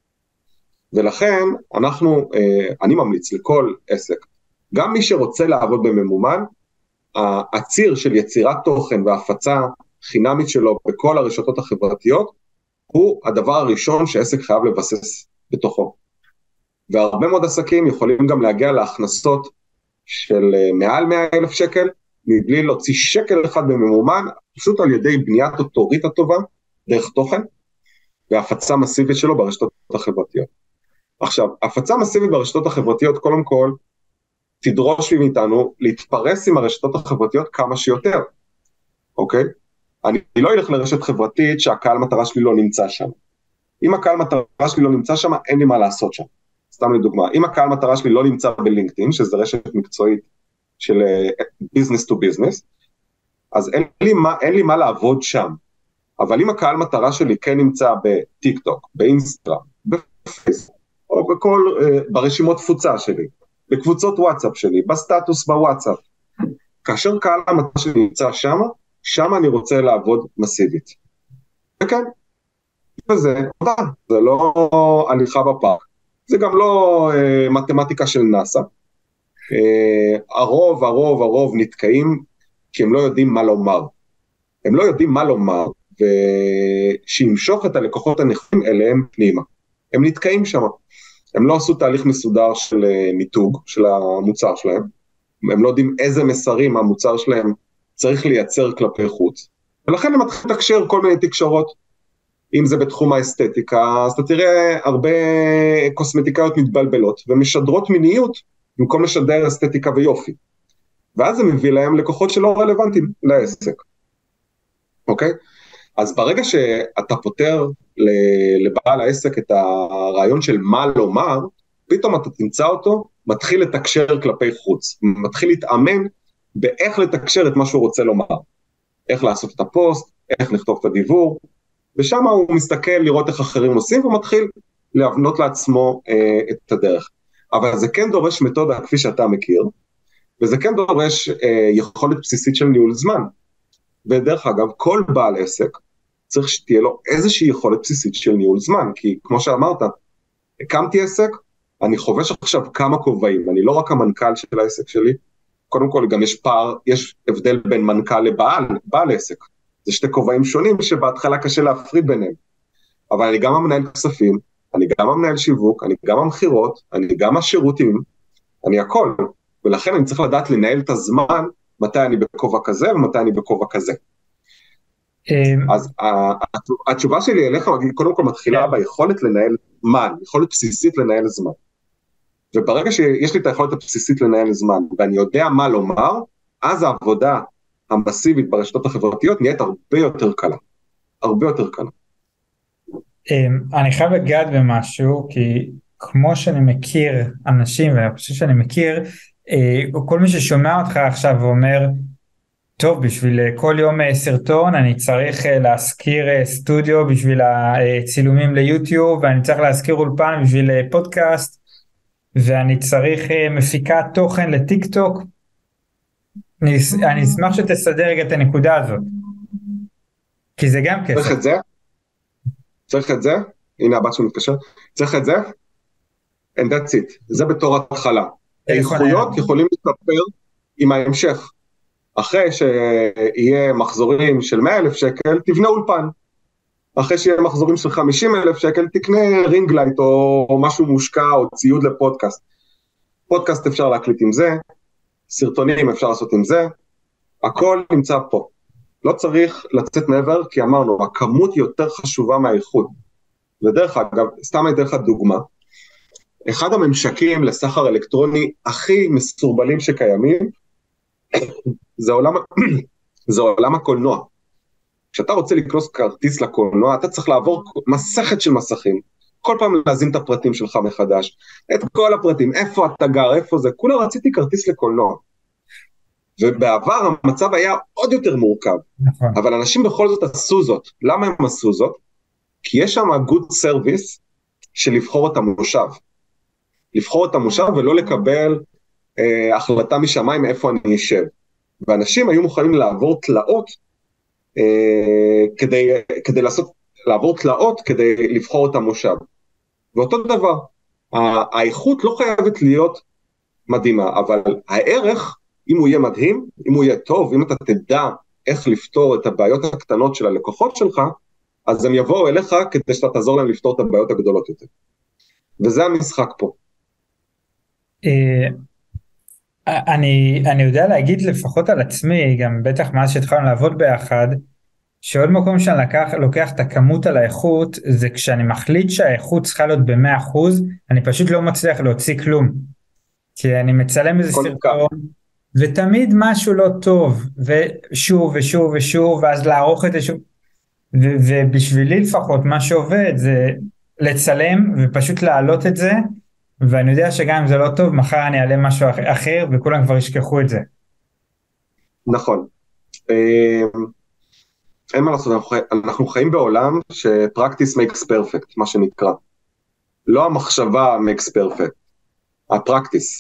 ולכן אנחנו, אני ממליץ לכל עסק, גם מי שרוצה לעבוד בממומן, הציר של יצירת תוכן והפצה חינמית שלו בכל הרשתות החברתיות, הוא הדבר הראשון שעסק חייב לבסס בתוכו. והרבה מאוד עסקים יכולים גם להגיע להכנסות של מעל מאה אלף שקל, מבלי להוציא שקל אחד בממומן, פשוט על ידי בניית אוטוריטה טובה, דרך תוכן, והפצה מסיבית שלו ברשתות החברתיות. עכשיו, הפצה מסיבית ברשתות החברתיות, קודם כל, תדרוש מאיתנו להתפרס עם הרשתות החברתיות כמה שיותר, אוקיי? אני לא אלך לרשת חברתית שהקהל מטרה שלי לא נמצא שם. אם הקהל מטרה שלי לא נמצא שם, אין לי מה לעשות שם. סתם לדוגמה, אם הקהל מטרה שלי לא נמצא בלינקדאין, שזה רשת מקצועית של business to business, אז אין לי מה, אין לי מה לעבוד שם. אבל אם הקהל מטרה שלי כן נמצא בטיק טוק, באינסטגרם, בפייסבוק, או בכל, ברשימות תפוצה שלי, בקבוצות וואטסאפ שלי, בסטטוס בוואטסאפ, כאשר קהל המטרה שלי נמצא שם, שם אני רוצה לעבוד מסיבית. וכן, זה, זה לא הליכה בפארק, זה גם לא אה, מתמטיקה של נאסא. אה, הרוב, הרוב, הרוב נתקעים, כי הם לא יודעים מה לומר. הם לא יודעים מה לומר, ושימשוך את הלקוחות הנכונים אליהם פנימה. הם נתקעים שם. הם לא עשו תהליך מסודר של מיתוג, של המוצר שלהם. הם לא יודעים איזה מסרים המוצר שלהם צריך לייצר כלפי חוץ. ולכן הם מתחילים לתקשר כל מיני תקשרות. אם זה בתחום האסתטיקה, אז אתה תראה הרבה קוסמטיקאיות מתבלבלות, ומשדרות מיניות, במקום לשדר אסתטיקה ויופי. ואז זה מביא להם לקוחות שלא רלוונטיים לעסק. אוקיי? אז ברגע שאתה פותר לבעל העסק את הרעיון של מה לומר, פתאום אתה תמצא אותו, מתחיל לתקשר כלפי חוץ, מתחיל להתאמן באיך לתקשר את מה שהוא רוצה לומר. איך לעשות את הפוסט, איך לכתוב את הדיבור, ושם הוא מסתכל לראות איך אחרים עושים, ומתחיל להבנות לעצמו אה, את הדרך. אבל זה כן דורש מתודה כפי שאתה מכיר, וזה כן דורש אה, יכולת בסיסית של ניהול זמן. ודרך אגב, כל בעל עסק צריך שתהיה לו איזושהי יכולת בסיסית של ניהול זמן, כי כמו שאמרת, הקמתי עסק, אני חובש עכשיו כמה כובעים, אני לא רק המנכ"ל של העסק שלי, קודם כל גם יש פער, יש הבדל בין מנכ"ל לבעל, בעל עסק, זה שתי כובעים שונים שבהתחלה קשה להפריד ביניהם, אבל אני גם המנהל כספים, אני גם המנהל שיווק, אני גם המחירות, אני גם השירותים, אני הכל, ולכן אני צריך לדעת לנהל את הזמן, מתי אני בכובע כזה ומתי אני בכובע כזה. אז התשובה שלי אליך, קודם כל מתחילה ביכולת לנהל זמן, יכולת בסיסית לנהל זמן. וברגע שיש לי את היכולת הבסיסית לנהל זמן, ואני יודע מה לומר, אז העבודה המסיבית ברשתות החברתיות נהיית הרבה יותר קלה. הרבה יותר קלה. אני חייב לגעת במשהו, כי כמו שאני מכיר אנשים, ואני חושב שאני מכיר, כל מי ששומע אותך עכשיו ואומר, טוב, בשביל כל יום סרטון אני צריך להזכיר סטודיו בשביל הצילומים ליוטיוב, ואני צריך להזכיר אולפן בשביל פודקאסט, ואני צריך מפיקת תוכן לטיק טוק. אני, אני אשמח שתסדר רגע את הנקודה הזאת, כי זה גם כסף. צריך את זה? צריך את זה? הנה הבת שהוא מתקשר. צריך את זה? And that's it. זה בתור התחלה. האיכויות יכולים לספר עם ההמשך. אחרי שיהיה מחזורים של מאה אלף שקל, תבנה אולפן. אחרי שיהיה מחזורים של חמישים אלף שקל, תקנה רינג לייט או משהו מושקע או ציוד לפודקאסט. פודקאסט אפשר להקליט עם זה, סרטונים אפשר לעשות עם זה, הכל נמצא פה. לא צריך לצאת מעבר, כי אמרנו, הכמות יותר חשובה מהאיכות. ודרך אגב, סתם הייתי לך דוגמה, אחד הממשקים לסחר אלקטרוני הכי מסורבלים שקיימים, זה עולם, זה עולם הקולנוע. כשאתה רוצה לקנוס כרטיס לקולנוע, אתה צריך לעבור מסכת של מסכים, כל פעם להזין את הפרטים שלך מחדש, את כל הפרטים, איפה אתה גר, איפה זה, כולה רציתי כרטיס לקולנוע. ובעבר המצב היה עוד יותר מורכב, נכון. אבל אנשים בכל זאת עשו זאת. למה הם עשו זאת? כי יש שם good service של לבחור את המושב. לבחור את המושב ולא לקבל אה, החלטה משמיים איפה אני אשב. ואנשים היו מוכנים לעבור תלאות, אה, כדי, כדי לעשות, לעבור תלאות כדי לבחור את המושב. ואותו דבר, האיכות לא חייבת להיות מדהימה, אבל הערך, אם הוא יהיה מדהים, אם הוא יהיה טוב, אם אתה תדע איך לפתור את הבעיות הקטנות של הלקוחות שלך, אז הם יבואו אליך כדי שאתה תעזור להם לפתור את הבעיות הגדולות יותר. וזה המשחק פה. אני, אני יודע להגיד לפחות על עצמי, גם בטח מאז שהתחלנו לעבוד ביחד, שעוד מקום שאני לקח, לוקח את הכמות על האיכות, זה כשאני מחליט שהאיכות צריכה להיות ב-מאה אחוז, אני פשוט לא מצליח להוציא כלום. כי אני מצלם איזה סרטון, ותמיד משהו לא טוב, ושוב ושוב ושוב, ואז לערוך את זה שוב, ו- ובשבילי לפחות מה שעובד זה לצלם ופשוט להעלות את זה, ואני יודע שגם אם זה לא טוב, מחר אני אעלה משהו אחר, וכולם כבר ישכחו את זה. נכון. אין מה לעשות, אנחנו, אנחנו חיים בעולם ש-practice makes perfect, מה שנקרא. לא המחשבה makes perfect, ה-practice.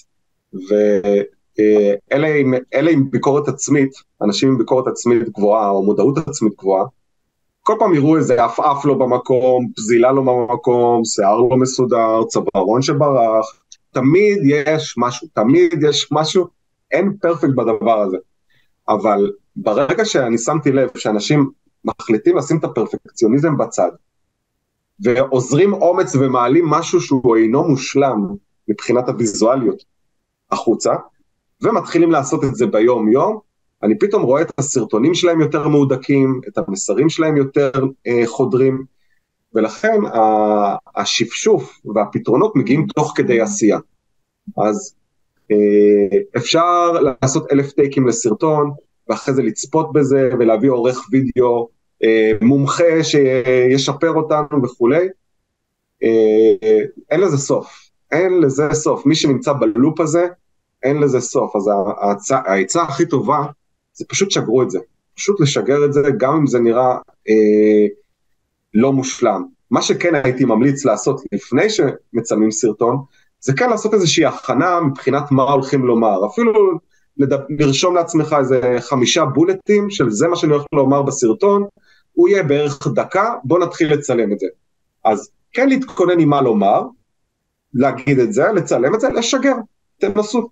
ואלה עם, אלה עם ביקורת עצמית, אנשים עם ביקורת עצמית גבוהה, או מודעות עצמית גבוהה, כל פעם יראו איזה אף-אף לא במקום, פזילה לא במקום, שיער לא מסודר, צווארון שברח, תמיד יש משהו, תמיד יש משהו, אין פרפקט בדבר הזה. אבל ברגע שאני שמתי לב שאנשים מחליטים לשים את הפרפקציוניזם בצד, ועוזרים אומץ ומעלים משהו שהוא אינו מושלם מבחינת הוויזואליות החוצה, ומתחילים לעשות את זה ביום יום, אני פתאום רואה את הסרטונים שלהם יותר מעודקים, את המסרים שלהם יותר אה, חודרים, ולכן השפשוף והפתרונות מגיעים תוך כדי עשייה. אז אה, אפשר לעשות אלף טייקים לסרטון, ואחרי זה לצפות בזה, ולהביא עורך וידאו אה, מומחה שישפר אותנו וכו'. אה, אין לזה סוף, אין לזה סוף. מי שנמצא בלופ הזה, אין לזה סוף. אז ההצעה הכי טובה, זה פשוט שגרו את זה. פשוט לשגר את זה, גם אם זה נראה אה, לא מושלם. מה שכן הייתי ממליץ לעשות לפני שמצלמים סרטון, זה כן לעשות איזושהי הכנה מבחינת מה הולכים לומר. אפילו לרשום לעצמך איזה חמישה בולטים של זה מה שאני הולך לומר בסרטון, הוא יהיה בערך דקה, בוא נתחיל לצלם את זה. אז כן להתכונן עם מה לומר, להגיד את זה, לצלם את זה, לשגר, תנסו.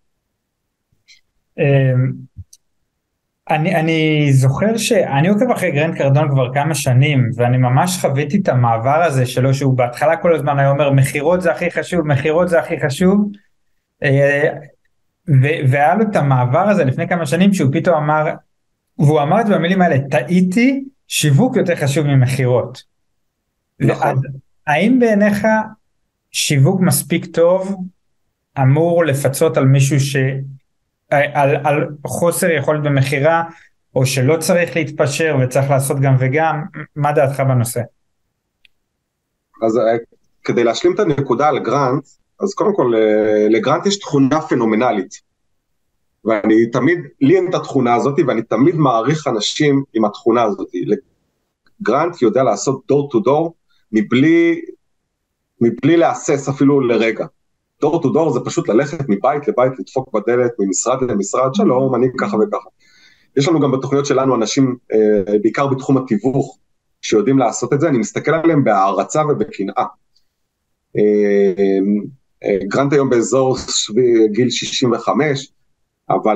אני, אני זוכר שאני עוקב אחרי גרנט קרדון כבר כמה שנים, ואני ממש חוויתי את המעבר הזה שלו, שהוא בהתחלה כל הזמן היה אומר, מחירות זה הכי חשוב, מחירות זה הכי חשוב, והיה לו את המעבר הזה לפני כמה שנים, שהוא פתאום אמר, והוא אמר את במילים האלה, טעיתי, שיווק יותר חשוב ממחירות. נכון. האם בעיניך שיווק מספיק טוב, אמור לפצות על מישהו ש... על, על חוסר יכולת במחירה, או שלא צריך להתפשר וצריך לעשות גם וגם? מה דעתך בנושא? אז כדי להשלים את הנקודה על גרנט, אז קודם כל לגרנט יש תכונה פנומנלית, ואני תמיד, לי אין את התכונה הזאת, ואני תמיד מעריך אנשים עם התכונה הזאת. גרנט יודע לעשות דור טו דור, מבלי, מבלי להסס אפילו לרגע. דור טו דור זה פשוט ללכת מבית לבית, לדפוק בדלת, ממשרד למשרד, שלום, אני ככה וככה. יש לנו גם בתוכניות שלנו אנשים, אה, בעיקר בתחום התיווך, שיודעים לעשות את זה, אני מסתכל עליהם בהערצה ובקנאה. אה, אה, גרנט היום באזור גיל שישים וחמש, אבל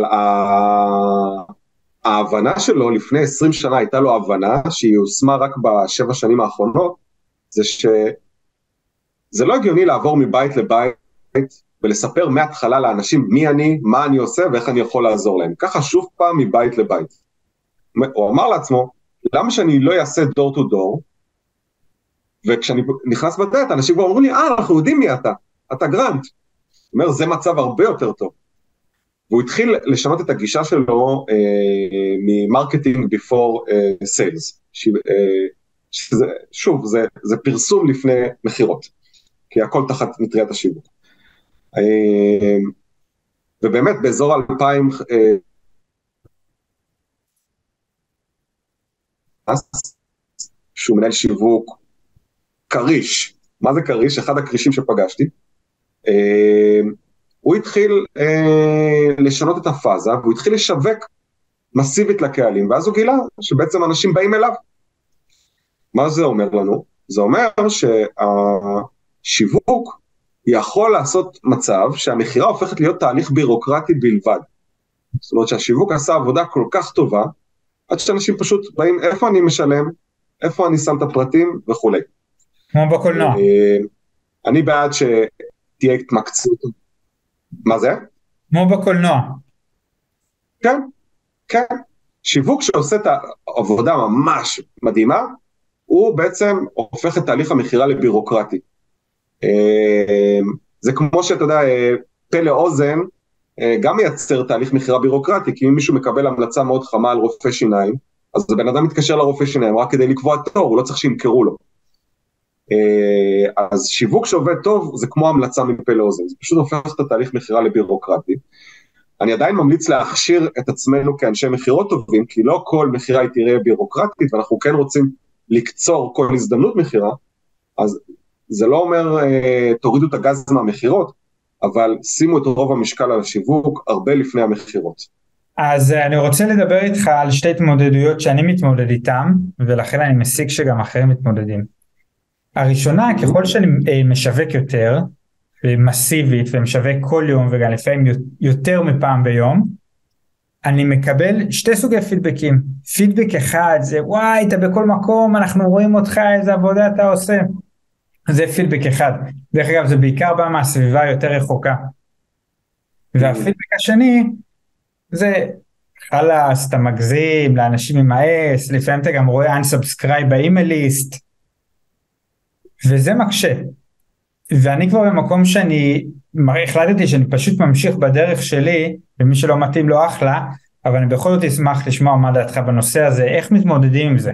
ההבנה שלו לפני עשרים שנה הייתה לו הבנה, שהיא הושמה רק בשבע שנים האחרונות, זה שזה לא הגיוני לעבור מבית לבית, ולספר מההתחלה לאנשים מי אני, מה אני עושה ואיך אני יכול לעזור להם. ככה שוב פעם מבית לבית. הוא אמר לעצמו, למה שאני לא אעשה דור טו דור, וכשאני נכנס בדלת, אנשים כבר אמרו לי, אה, אנחנו יודעים מי אתה, אתה גרנט. זאת אומרת, זה מצב הרבה יותר טוב. והוא התחיל לשנות את הגישה שלו ממרקטינג ביפור סיילס, שזה, שוב, זה, זה פרסום לפני מחירות, כי הכל תחת מטריית השיווק. ובאמת באזור אלפיים, שהוא מנהל שיווק קריש, מה זה קריש? אחד הקרישים שפגשתי, הוא התחיל לשנות את הפאזה, והוא התחיל לשווק מסיבית לקהלים, ואז הוא גילה שבעצם אנשים באים אליו. מה זה אומר לנו? זה אומר שהשיווק יכול לעשות מצב שהמחירה הופכת להיות תהליך בירוקרטי בלבד. זאת אומרת שהשיווק עשה עבודה כל כך טובה, עד שאנשים פשוט באים, איפה אני משלם, איפה אני שם את הפרטים וכו'. כמו בקולנוע. אני בעד שתהיה התמקצות. מה זה? כמו בקולנוע. כן, כן. שיווק שעושה את העבודה ממש מדהימה, הוא בעצם הופך את תהליך המחירה לבירוקרטי. זה כמו שאתה יודע, פה לאוזן, גם מייצר תהליך מחירה בירוקרטי, כי אם מישהו מקבל המלצה מאוד חמה על רופא שיניים, אז הבן אדם מתקשר לרופא שיניים, רק כדי לקבוע תור, הוא לא צריך שימכרו לו. אז שיווק שעובד טוב, זה כמו המלצה מפה לאוזן, זה פשוט הופך את התהליך מחירה לבירוקרטי. אני עדיין ממליץ להכשיר את עצמנו כאנשי מחירות טובים, כי לא כל מחירה היא תראה בירוקרטית, ואנחנו כן רוצים לקצור כל הזדמנות מחירה, אז זה לא אומר תורידו את הגז מהמחירות, אבל שימו את רוב המשקל על השיווק הרבה לפני המחירות. אז אני רוצה לדבר איתך על שתי התמודדויות שאני מתמודד איתן, ולכן אני מסיק שגם אחרים מתמודדים. הראשונה, ככל שאני משווק יותר, מסיבית ומשווק כל יום, וגם לפעמים יותר מפעם ביום, אני מקבל שתי סוגי פידבקים. פידבק אחד זה, וואי, אתה בכל מקום, אנחנו רואים אותך, איזה עבודה אתה עושה. זה פידבק אחד. דרך אגב, זה בעיקר בא מהסביבה יותר רחוקה. והפידבק השני, זה חלס, אתה מגזים, לאנשים עם האס, לפעמים אתה גם רואה unsubscribe באימייל ליסט, וזה מקשה. ואני כבר במקום שאני, החלטתי שאני פשוט ממשיך בדרך שלי, ומי שלא מתאים לו אחלה, אבל אני בכל זאת אשמח לשמוע מה דעתך בנושא הזה, איך מתמודדים עם זה?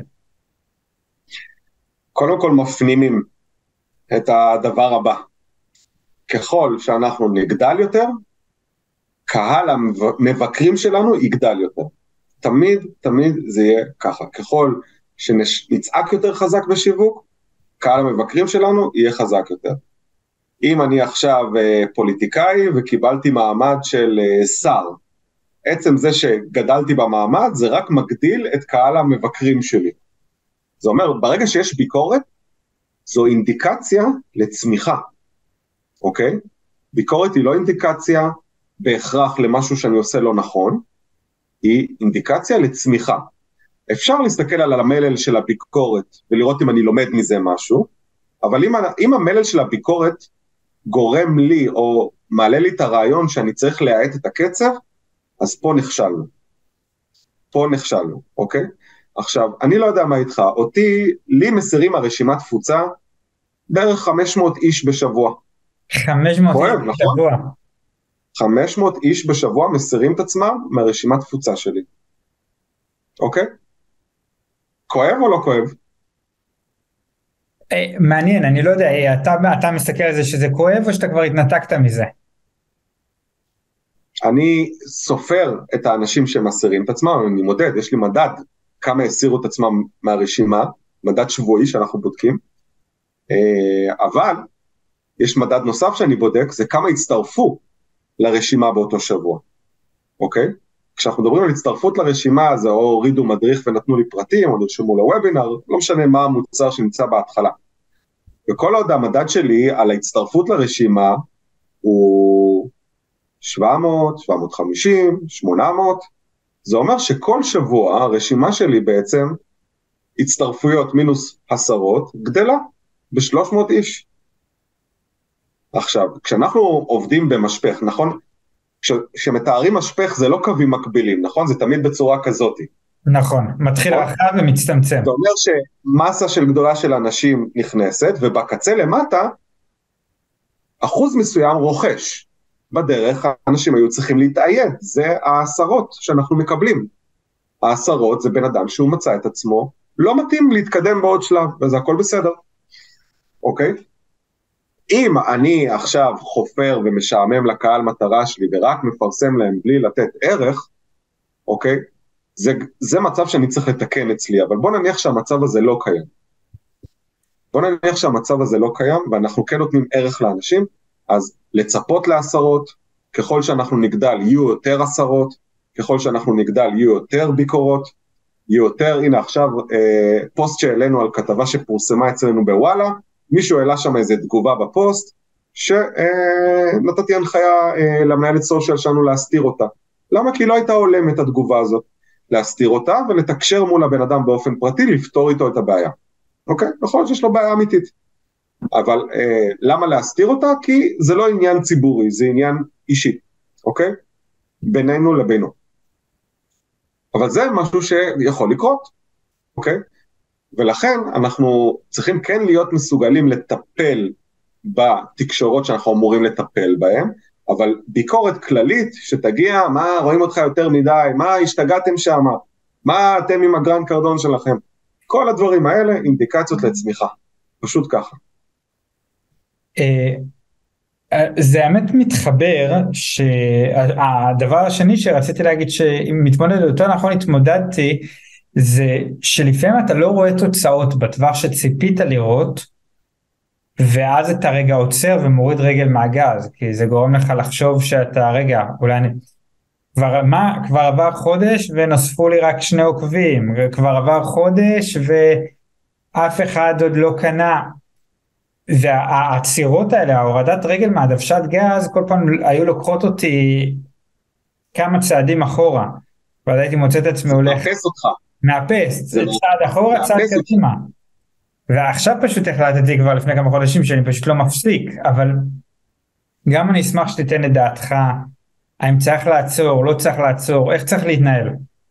קודם כל מפנימים את הדבר הבא. ככל שאנחנו נגדל יותר, קהל המבקרים שלנו יגדל יותר. תמיד, תמיד זה יהיה ככה. ככל שנצעק יותר חזק בשיווק, קהל המבקרים שלנו יהיה חזק יותר. אם אני עכשיו פוליטיקאי וקיבלתי מעמד של שר, עצם זה שגדלתי במעמד, זה רק מגדיל את קהל המבקרים שלי. זה אומר, ברגע שיש ביקורת, זו אינדיקציה לצמיחה, אוקיי? ביקורת היא לא אינדיקציה בהכרח למשהו שאני עושה לא נכון, היא אינדיקציה לצמיחה. אפשר להסתכל על המלל של הביקורת, ולראות אם אני לומד מזה משהו, אבל אם, אם המלל של הביקורת גורם לי, או מעלה לי את הרעיון שאני צריך להאט את הקצב, אז פה נכשלנו. פה נכשלנו, אוקיי? עכשיו, אני לא יודע מה איתך, אותי, לי מסירים הרשימת תפוצה, בערך חמש מאות איש בשבוע. חמש מאות כואב, איש נכון? בשבוע. חמש מאות איש בשבוע מסירים את עצמם מהרשימת תפוצה שלי. אוקיי? כואב או לא כואב? מעניין, אני לא יודע, אתה, אתה מסתכל על זה שזה כואב, או שאתה כבר התנתקת מזה? אני סופר את האנשים שמסירים את עצמם, אני מודד, יש לי מדד, כמה הסירו את עצמם מהרשימה, מדד שבועי שאנחנו בודקים, אבל יש מדד נוסף שאני בודק, זה כמה הצטרפו לרשימה באותו שבוע, אוקיי? כשאנחנו מדברים על הצטרפות לרשימה, זה או הורידו מדריך ונתנו לי פרטים, או נרשמו לוובינר, לא משנה מה המוצר שנמצא בהתחלה. וכל עוד המדד שלי על ההצטרפות לרשימה, הוא שבע מאות, שבע מאות וחמישים, שמונה מאות, זה אומר שכל שבוע הרשימה שלי בעצם, הצטרפויות מינוס עשרות, גדלה ב-שלוש מאות איש. עכשיו, כשאנחנו עובדים במשפך, נכון? כשמתארים משפך זה לא קווים מקבילים, נכון? זה תמיד בצורה כזאת. נכון, מתחיל רחב ומצטמצם. זה אומר שמסה של גדולה של אנשים נכנסת, ובקצה למטה, אחוז מסוים רוכש. בדרך האנשים היו צריכים להתאייד, זה העשרות שאנחנו מקבלים. העשרות זה בן אדם שהוא מצא את עצמו לא מתאים להתקדם בעוד שלב, וזה הכל בסדר, אוקיי? אם אני עכשיו חופר ומשעמם לקהל מטרה שלי, ורק מפרסם להם בלי לתת ערך, אוקיי? זה, זה מצב שאני צריך לתקן אצלי, אבל בוא נניח שהמצב הזה לא קיים. בוא נניח שהמצב הזה לא קיים, ואנחנו כן נותנים ערך לאנשים, אז לצפות לעשרות, ככל שאנחנו נגדל יהיו יותר עשרות, ככל שאנחנו נגדל יהיו יותר ביקורות, יהיו יותר, הנה עכשיו אה, פוסט שהעלינו על כתבה שפורסמה אצלנו בוואלה, מישהו העלה שם איזו תגובה בפוסט, שנתתי הנחיה אה, למנהלת סושיאל שלנו להסתיר אותה. למה? כי לא הייתה הולמת התגובה הזאת, להסתיר אותה ולתקשר מול הבן אדם באופן פרטי, לפתור איתו את הבעיה. אוקיי? נכון שיש לו בעיה אמיתית. אבל אה, למה להסתיר אותה? כי זה לא עניין ציבורי, זה עניין אישי. אוקיי? בינינו לבינו. אבל זה משהו שיכול לקרות. אוקיי? ולכן אנחנו צריכים כן להיות מסוגלים לטפל בתקשורות שאנחנו אמורים לטפל בהן, אבל ביקורת כללית שתגיע, מה רואים אותך יותר מדי, מה השתגעתם שם, מה אתם עם הגרנד קרדון שלכם, כל הדברים האלה אינדיקציות לצמיחה, פשוט ככה. זה האמת מתחבר, שהדבר השני שרציתי להגיד שאם מתמודד יותר נכון התמודדתי, זה שלפעמים אתה לא רואה תוצאות בטווח שציפית לראות, ואז אתה רגע עוצר ומוריד רגל מהגז, כי זה גורם לך לחשוב שאתה רגע, אולי אני, כבר, מה, כבר עבר חודש ונוספו לי רק שני עוקבים, כבר עבר חודש ואף אחד עוד לא קנה, והעצירות האלה, ההורדת רגל מהדוושת גז, כל פעם היו לוקחות אותי כמה צעדים אחורה, ואז הייתי מוצא את עצמי הולך, מאפס אותך. מאפס, צעד אחורה, צעד קדימה. ועכשיו פשוט החלטתי כבר לפני כמה חודשים שאני פשוט לא מפסיק, אבל גם אני אשמח שתיתן את דעתך, האם צריך לעצור, לא צריך לעצור, איך צריך להתנהל?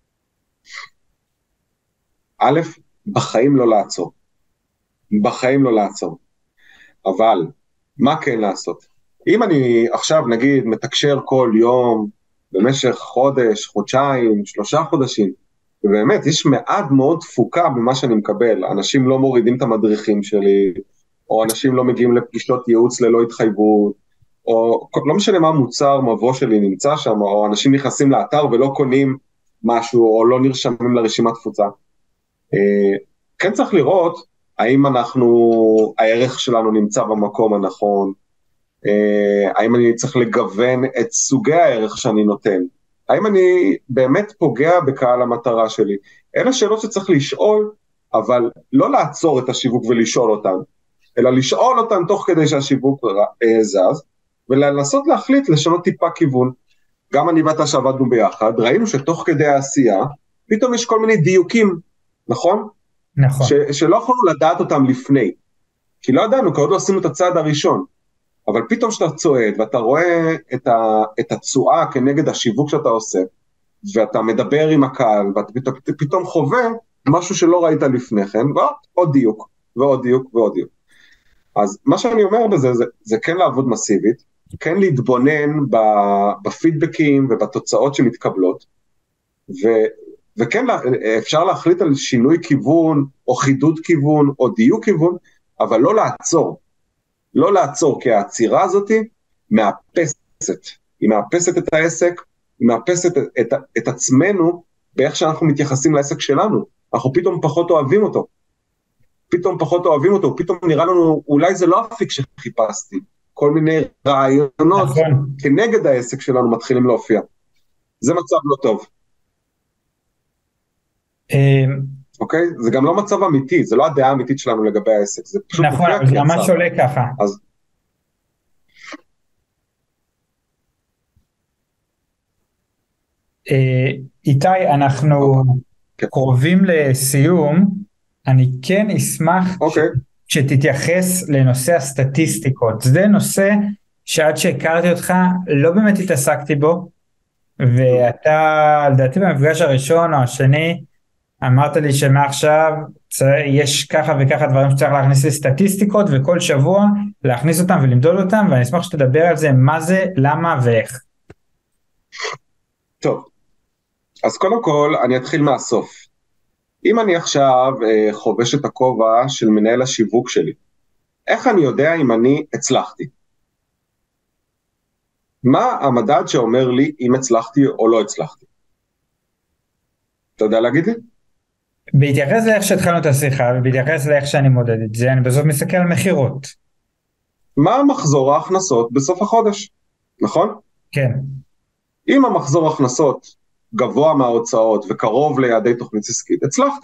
א', בחיים לא לעצור. בחיים לא לעצור. אבל, מה כן לעשות? אם אני עכשיו נגיד מתקשר כל יום, במשך חודש, חודשיים, שלושה חודשים, ובאמת יש מעט מאוד תפוקה במה שאני מקבל, אנשים לא מורידים את המדריכים שלי, או אנשים לא מגיעים לפגישות ייעוץ ללא התחייבות, או לא משנה מה מוצר מבוא שלי נמצא שם, או אנשים נכנסים לאתר ולא קונים משהו, או לא נרשמים לרשימת תפוצה. כן צריך לראות האם אנחנו, הערך שלנו נמצא במקום הנכון, האם אני צריך לגוון את סוגי הערך שאני נותן, האם אני באמת פוגע בקהל המטרה שלי. אלה שאלות שצריך לשאול, אבל לא לעצור את השיווק ולשאול אותן, אלא לשאול אותן תוך כדי שהשיווק זז, ולנסות להחליט לשנות טיפה כיוון. גם אני ואתה שעבדנו ביחד, ראינו שתוך כדי העשייה, פתאום יש כל מיני דיוקים, נכון? נכון. ש- שלא יכולנו לדעת אותם לפני, כי לא ידענו, כי עוד לא עשינו את הצעד הראשון. אבל פתאום שאתה צועד, ואתה רואה את, ה, את הצועה כנגד השיווק שאתה עושה, ואתה מדבר עם הקהל, ואתה פתאום, פתאום חווה משהו שלא ראית לפני כן, ועוד דיוק, ועוד דיוק, ועוד דיוק. אז מה שאני אומר בזה, זה, זה כן לעבוד מסיבית, כן להתבונן בפידבקים ובתוצאות שמתקבלות, ו, וכן אפשר להחליט על שינוי כיוון, או חידוד כיוון, או דיוק כיוון, אבל לא לעצור. לא לעצור, כי העצירה הזאת מאפסת, היא מאפסת את העסק, היא מאפסת את, את, את עצמנו, באיך שאנחנו מתייחסים לעסק שלנו, אנחנו פתאום פחות אוהבים אותו, פתאום פחות אוהבים אותו, פתאום נראה לנו, אולי זה לא אפיק שחיפשתי, כל מיני רעיונות, נכון. כנגד העסק שלנו מתחילים להופיע, זה מצב לא טוב. אוקיי? זה גם לא מצב אמיתי, זה לא הדעה האמיתית שלנו לגבי העסק, זה פשוט נכון, אבל זה ממש עולה ככה. אז... איתי, אנחנו קרובים לסיום, אני כן אשמח שתתייחס לנושא הסטטיסטיקות, זה נושא שעד שהכרתי אותך לא באמת התעסקתי בו, ואתה לדעתי במפגש הראשון או השני, אמרת לי שמעכשיו יש ככה וככה דברים שצריך להכניס לסטטיסטיקות, וכל שבוע להכניס אותם ולמדוד אותם, ואני אשמח שתדבר על זה, מה זה, למה ואיך. טוב, אז קודם כל אני אתחיל מהסוף. אם אני עכשיו אה, חובש את הכובע של מנהל השיווק שלי, איך אני יודע אם אני הצלחתי? מה המדד שאומר לי אם הצלחתי או לא הצלחתי? אתה יודע להגיד לי? בהתייחס לאיך שהתחלנו את השיחה, ובהתייחס לאיך שאני מודד את זה, אני בסוף מסתכל על מחירות. מה מחזור ההכנסות בסוף החודש, נכון? כן. אם המחזור ההכנסות גבוה מההוצאות וקרוב ליעדי תוכנית עסקית, הצלחתי.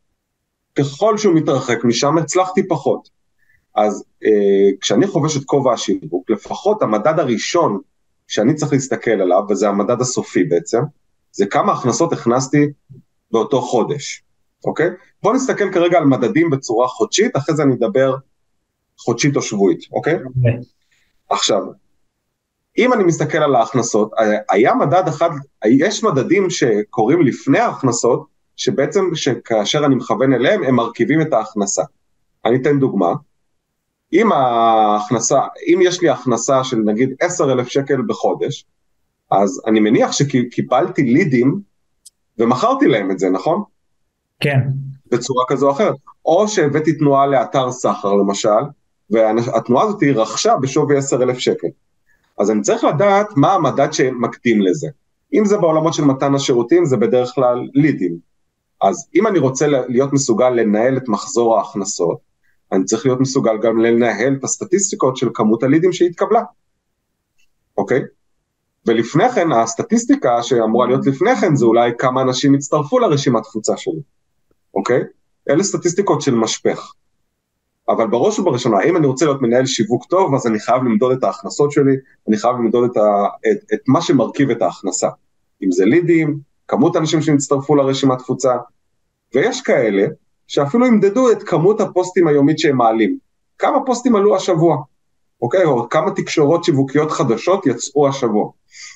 ככל שהוא מתרחק משם, הצלחתי פחות. אז אה, כשאני חובש את כובע השיווק, לפחות המדד הראשון שאני צריך להסתכל עליו, וזה המדד הסופי בעצם, זה כמה הכנסות הכנסתי באותו חודש, אוקיי? בואו נסתכל כרגע על מדדים בצורה חודשית, אחרי זה אני אדבר חודשית או שבועית, אוקיי? עכשיו, אם אני מסתכל על ההכנסות, היה מדד אחד, יש מדדים שקורים לפני ההכנסות, שבעצם כאשר אני מכוון אליהם, הם מרכיבים את ההכנסה. אני אתן דוגמה, אם ההכנסה, אם יש לי הכנסה של נגיד עשרת אלפים שקל בחודש, אז אני מניח שקיבלתי לידים, ומכרתי להם את זה, נכון? כן. בצורה כזו או אחרת. או שהבאתי תנועה לאתר סחר למשל, והתנועה הזאת היא רכשה בשווי עשרת אלפים שקל. אז אני צריך לדעת מה המדד שמקדים לזה. אם זה בעולמות של מתן השירותים, זה בדרך כלל לידים. אז אם אני רוצה להיות מסוגל לנהל את מחזור ההכנסות, אני צריך להיות מסוגל גם לנהל את הסטטיסטיקות של כמות הלידים שהתקבלה. אוקיי? ולפני כן, הסטטיסטיקה שאמורה להיות לפני כן, זה אולי כמה אנשים הצטרפו לרשימת תפוצה שלי. אוקיי? אלה סטטיסטיקות של משפך. אבל בראש ובראשונה, אם אני רוצה להיות מנהל שיווק טוב, אז אני חייב למדוד את ההכנסות שלי, אני חייב למדוד את, ה, את, את מה שמרכיב את ההכנסה. אם זה לידים, כמות אנשים שמצטרפו לרשימת תפוצה, ויש כאלה שאפילו ימדדו את כמות הפוסטים היומית שהם מעלים. כמה פוסטים עלו השבוע, אוקיי? או כמה תקשורות שיווקיות חדשות יצאו השבוע.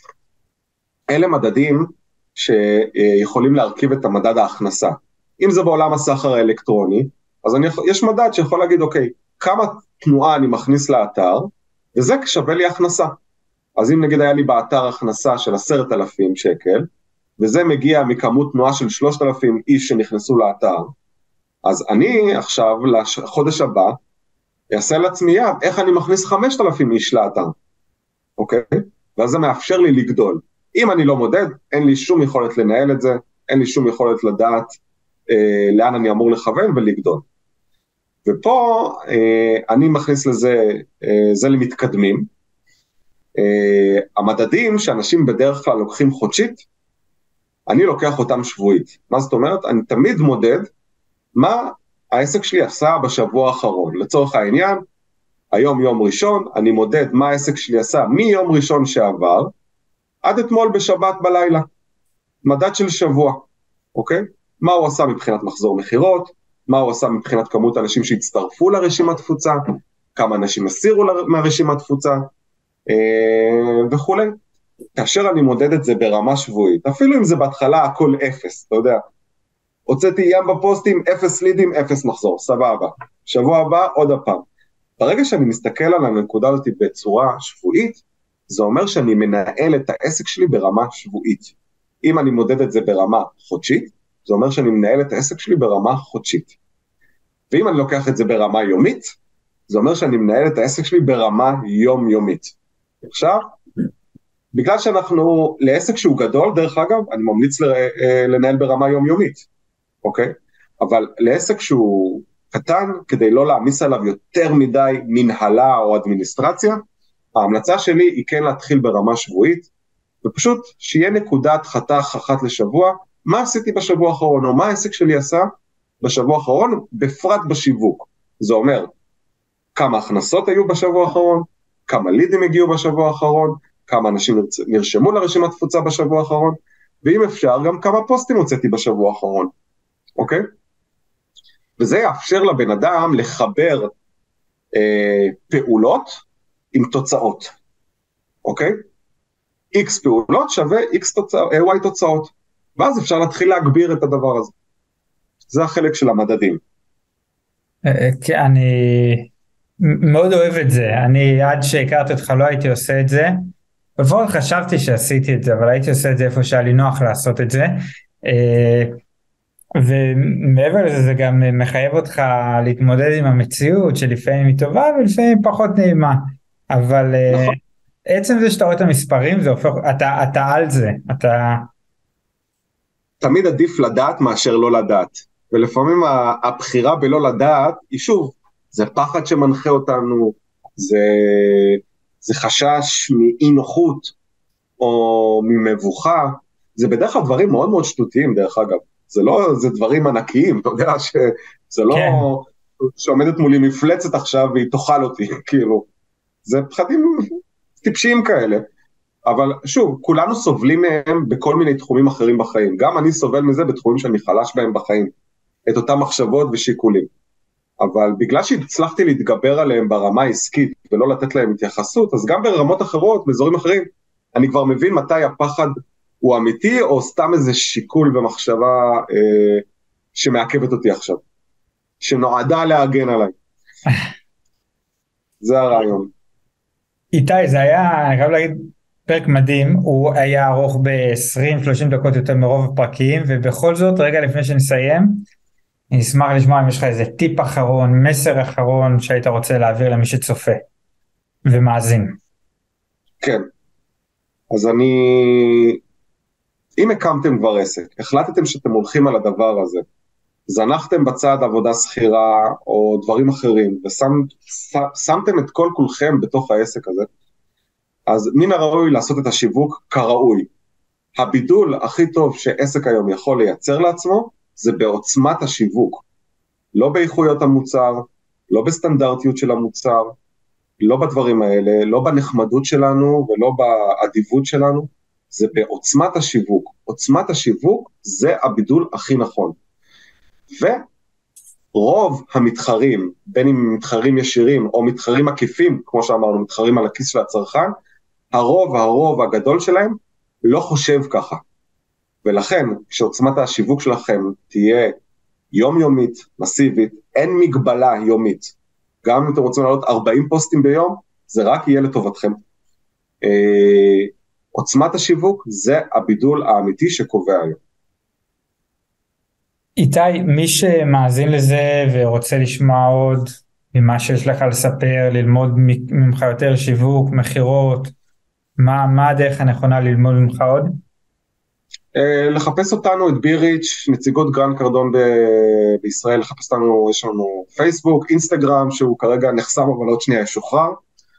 אלה מדדים שיכולים להרכיב את המדד ההכנסה. אם זה בעולם הסחר האלקטרוני, אז אני, יש מדד שיכול להגיד, אוקיי, כמה תנועה אני מכניס לאתר, וזה שווה לי הכנסה. אז אם נגיד היה לי באתר הכנסה של עשרת אלפים שקל, וזה מגיע מכמות תנועה של שלושת אלפים איש שנכנסו לאתר, אז אני עכשיו, לחודש הבא, אעשה לעצמי יד, איך אני מכניס חמשת אלפים איש לאתר, אוקיי? ואז זה מאפשר לי לגדול. אם אני לא מודד, אין לי שום יכולת לנהל את זה, אין לי שום יכולת לדעת אה, לאן אני אמור לכוון ולגדול. ופה אה, אני מכניס לזה, אה, זה למתקדמים, אה, המדדים שאנשים בדרך כלל לוקחים חודשית, אני לוקח אותם שבועית. מה זאת אומרת? אני תמיד מודד מה העסק שלי עשה בשבוע האחרון. לצורך העניין, היום יום ראשון, אני מודד מה העסק שלי עשה מיום ראשון שעבר, עד אתמול בשבת בלילה. מדד של שבוע, אוקיי? מה הוא עשה מבחינת מחזור מחירות, מה הוא עשה מבחינת כמות אנשים שהצטרפו לרשימת תפוצה, כמה אנשים הסירו מהרשימת תפוצה, אה, וכו'. כאשר אני מודד את זה ברמה שבועית, אפילו אם זה בהתחלה הכל אפס, אתה יודע, הוצאתי ים בפוסטים, אפס לידים, אפס מחזור, סבבה. שבוע הבא, עוד הפעם. ברגע שאני מסתכל על הנקודה הזאת בצורה שבועית, זה אומר שאני מנהל את העסק שלי ברמה שבועית. אם אני מודד את זה ברמה חודשית, זה אומר שאני מנהל את העסק שלי ברמה חודשית. ואם אני לוקח את זה ברמה יומית, זה אומר שאני מנהל את העסק שלי ברמה יומיומית. עכשיו, בגלל שאנחנו, לעסק שהוא גדול, דרך אגב, אני ממליץ לנהל ברמה יומיומית, אוקיי? אבל לעסק שהוא קטן, כדי לא להעמיס עליו יותר מדי מנהלה או אדמיניסטרציה, ההמלצה שלי היא כן להתחיל ברמה שבועית, ופשוט שיהיה נקודת חתך אחת לשבוע, מה עשיתי בשבוע האחרון, או מה העסק שלי עשה בשבוע האחרון, בפרט בשיווק. זה אומר, כמה הכנסות היו בשבוע האחרון, כמה לידים הגיעו בשבוע האחרון, כמה אנשים נרשמו לרשימת תפוצה בשבוע האחרון, ואם אפשר, גם כמה פוסטים הוצאתי בשבוע האחרון, אוקיי? וזה יאפשר לבן אדם לחבר אה, פעולות עם תוצאות, אוקיי? X פעולות שווה X תוצאות, Y תוצאות, ואז אפשר להתחיל להגביר את הדבר הזה. זה החלק של המדדים. אני מאוד אוהב את זה, אני עד שהכרתי אותך לא הייתי עושה את זה, בפועל חשבתי שעשיתי את זה, אבל הייתי עושה את זה איפה שהיה לי נוח לעשות את זה. ומעבר לזה זה גם מחייב אותך להתמודד עם המציאות שלפעמים היא טובה ולפעמים פחות נעימה, אבל נכון. עצם זה שאתה רואה את המספרים זה הופך, אתה, אתה על זה, אתה... תמיד עדיף לדעת מאשר לא לדעת, ולפעמים הבחירה בלא לדעת היא שוב, זה פחד שמנחה אותנו, זה, זה חשש מאי נוחות או ממבוכה, זה בדרך כלל דברים מאוד מאוד שטותיים דרך אגב, זה לא, זה דברים ענקיים, אתה יודע שזה לא, כן. שעומדת מולי מפלצת עכשיו והיא תאכל אותי, כאילו, זה פחדים טיפשיים כאלה, אבל שוב, כולנו סובלים מהם בכל מיני תחומים אחרים בחיים, גם אני סובל מזה בתחומים שאני חלש בהם בחיים, את אותם מחשבות ושיקולים, אבל בגלל שהצלחתי להתגבר עליהם ברמה העסקית, ולא לתת להם התייחסות, אז גם ברמות אחרות, באזורים אחרים, אני כבר מבין מתי הפחד הוא אמיתי, או סתם איזה שיקול ומחשבה אה, שמעכבת אותי עכשיו, שנועדה להגן עליי. זה הרעיון. איתי, זה היה, אני חייב להגיד, פרק מדהים, הוא היה ארוך ב-עשרים שלושים דקות יותר מרוב הפרקים, ובכל זאת, רגע לפני שנסיים, אני אשמח לשמוע אם יש לך איזה טיפ אחרון, מסר אחרון שהיית רוצה להעביר למי שצופה ומאזין. כן, אז אני, אם הקמתם כבר עסק, החלטתם שאתם הולכים על הדבר הזה, זנחתם בצד עבודה סחירה או דברים אחרים, ושמתם את כל כולכם בתוך העסק הזה, אז מן הראוי לעשות את השיווק כראוי. הבידול הכי טוב שעסק היום יכול לייצר לעצמו, זה בעוצמת השיווק. לא באיכויות המוצר, לא בסטנדרטיות של המוצר, לא בדברים האלה, לא בנחמדות שלנו ולא באדיבות שלנו, זה בעוצמת השיווק. עוצמת השיווק זה הבידול הכי נכון. ורוב המתחרים, בין אם מתחרים ישירים או מתחרים עקיפים, כמו שאמרנו, מתחרים על הכיס של הצרכן, הרוב, הרוב הגדול שלהם לא חושב ככה. ולכן, כשעוצמת השיווק שלכם תהיה יומיומית, מסיבית, אין מגבלה יומית. גם אם אתם רוצים לעלות ארבעים פוסטים ביום, זה רק יהיה לטובתכם. אה, עוצמת השיווק זה הבידול האמיתי שקובע היום. איתי, מי שמאזין לזה ורוצה לשמוע עוד ממה שיש לך לספר, ללמוד ממך יותר שיווק, מחירות, מה, מה הדרך הנכונה ללמוד ממך עוד? לחפש אותנו, את ביריץ', נציגות גרנד קרדון ב- בישראל, לחפש אותנו, יש לנו פייסבוק, אינסטגרם, שהוא כרגע נחסם, אבל עוד שנייה ישוחרר,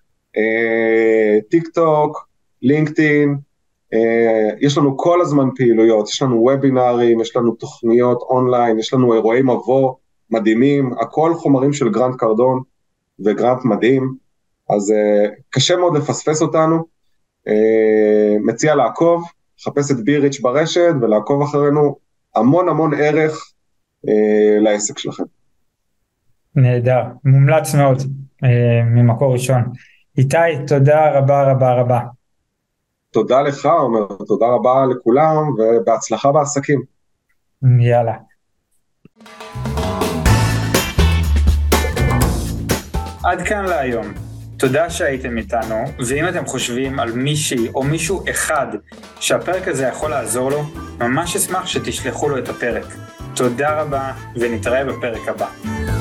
טיק טוק, לינקדאין, יש לנו כל הזמן פעילויות, יש לנו וובינרים, יש לנו תוכניות אונליין, יש לנו אירועי מבוא מדהימים, הכל חומרים של גרנד קרדון וגרנד מדהים, אז קשה מאוד לפספס אותנו, מציע לעקוב, חפש את ביריץ' ברשת ולעקוב אחרינו, המון המון ערך אה, לעסק שלכם. נהדר, מומלץ מאוד אה, ממקור ראשון. איתי, תודה רבה רבה רבה. תודה לך, אומר, תודה רבה לכולם ובהצלחה בעסקים. יאללה. עד כאן להיום. תודה שהייתם איתנו, ואם אתם חושבים על מישהי או מישהו אחד שהפרק הזה יכול לעזור לו, ממש אשמח שתשלחו לו את הפרק. תודה רבה ונתראה בפרק הבא.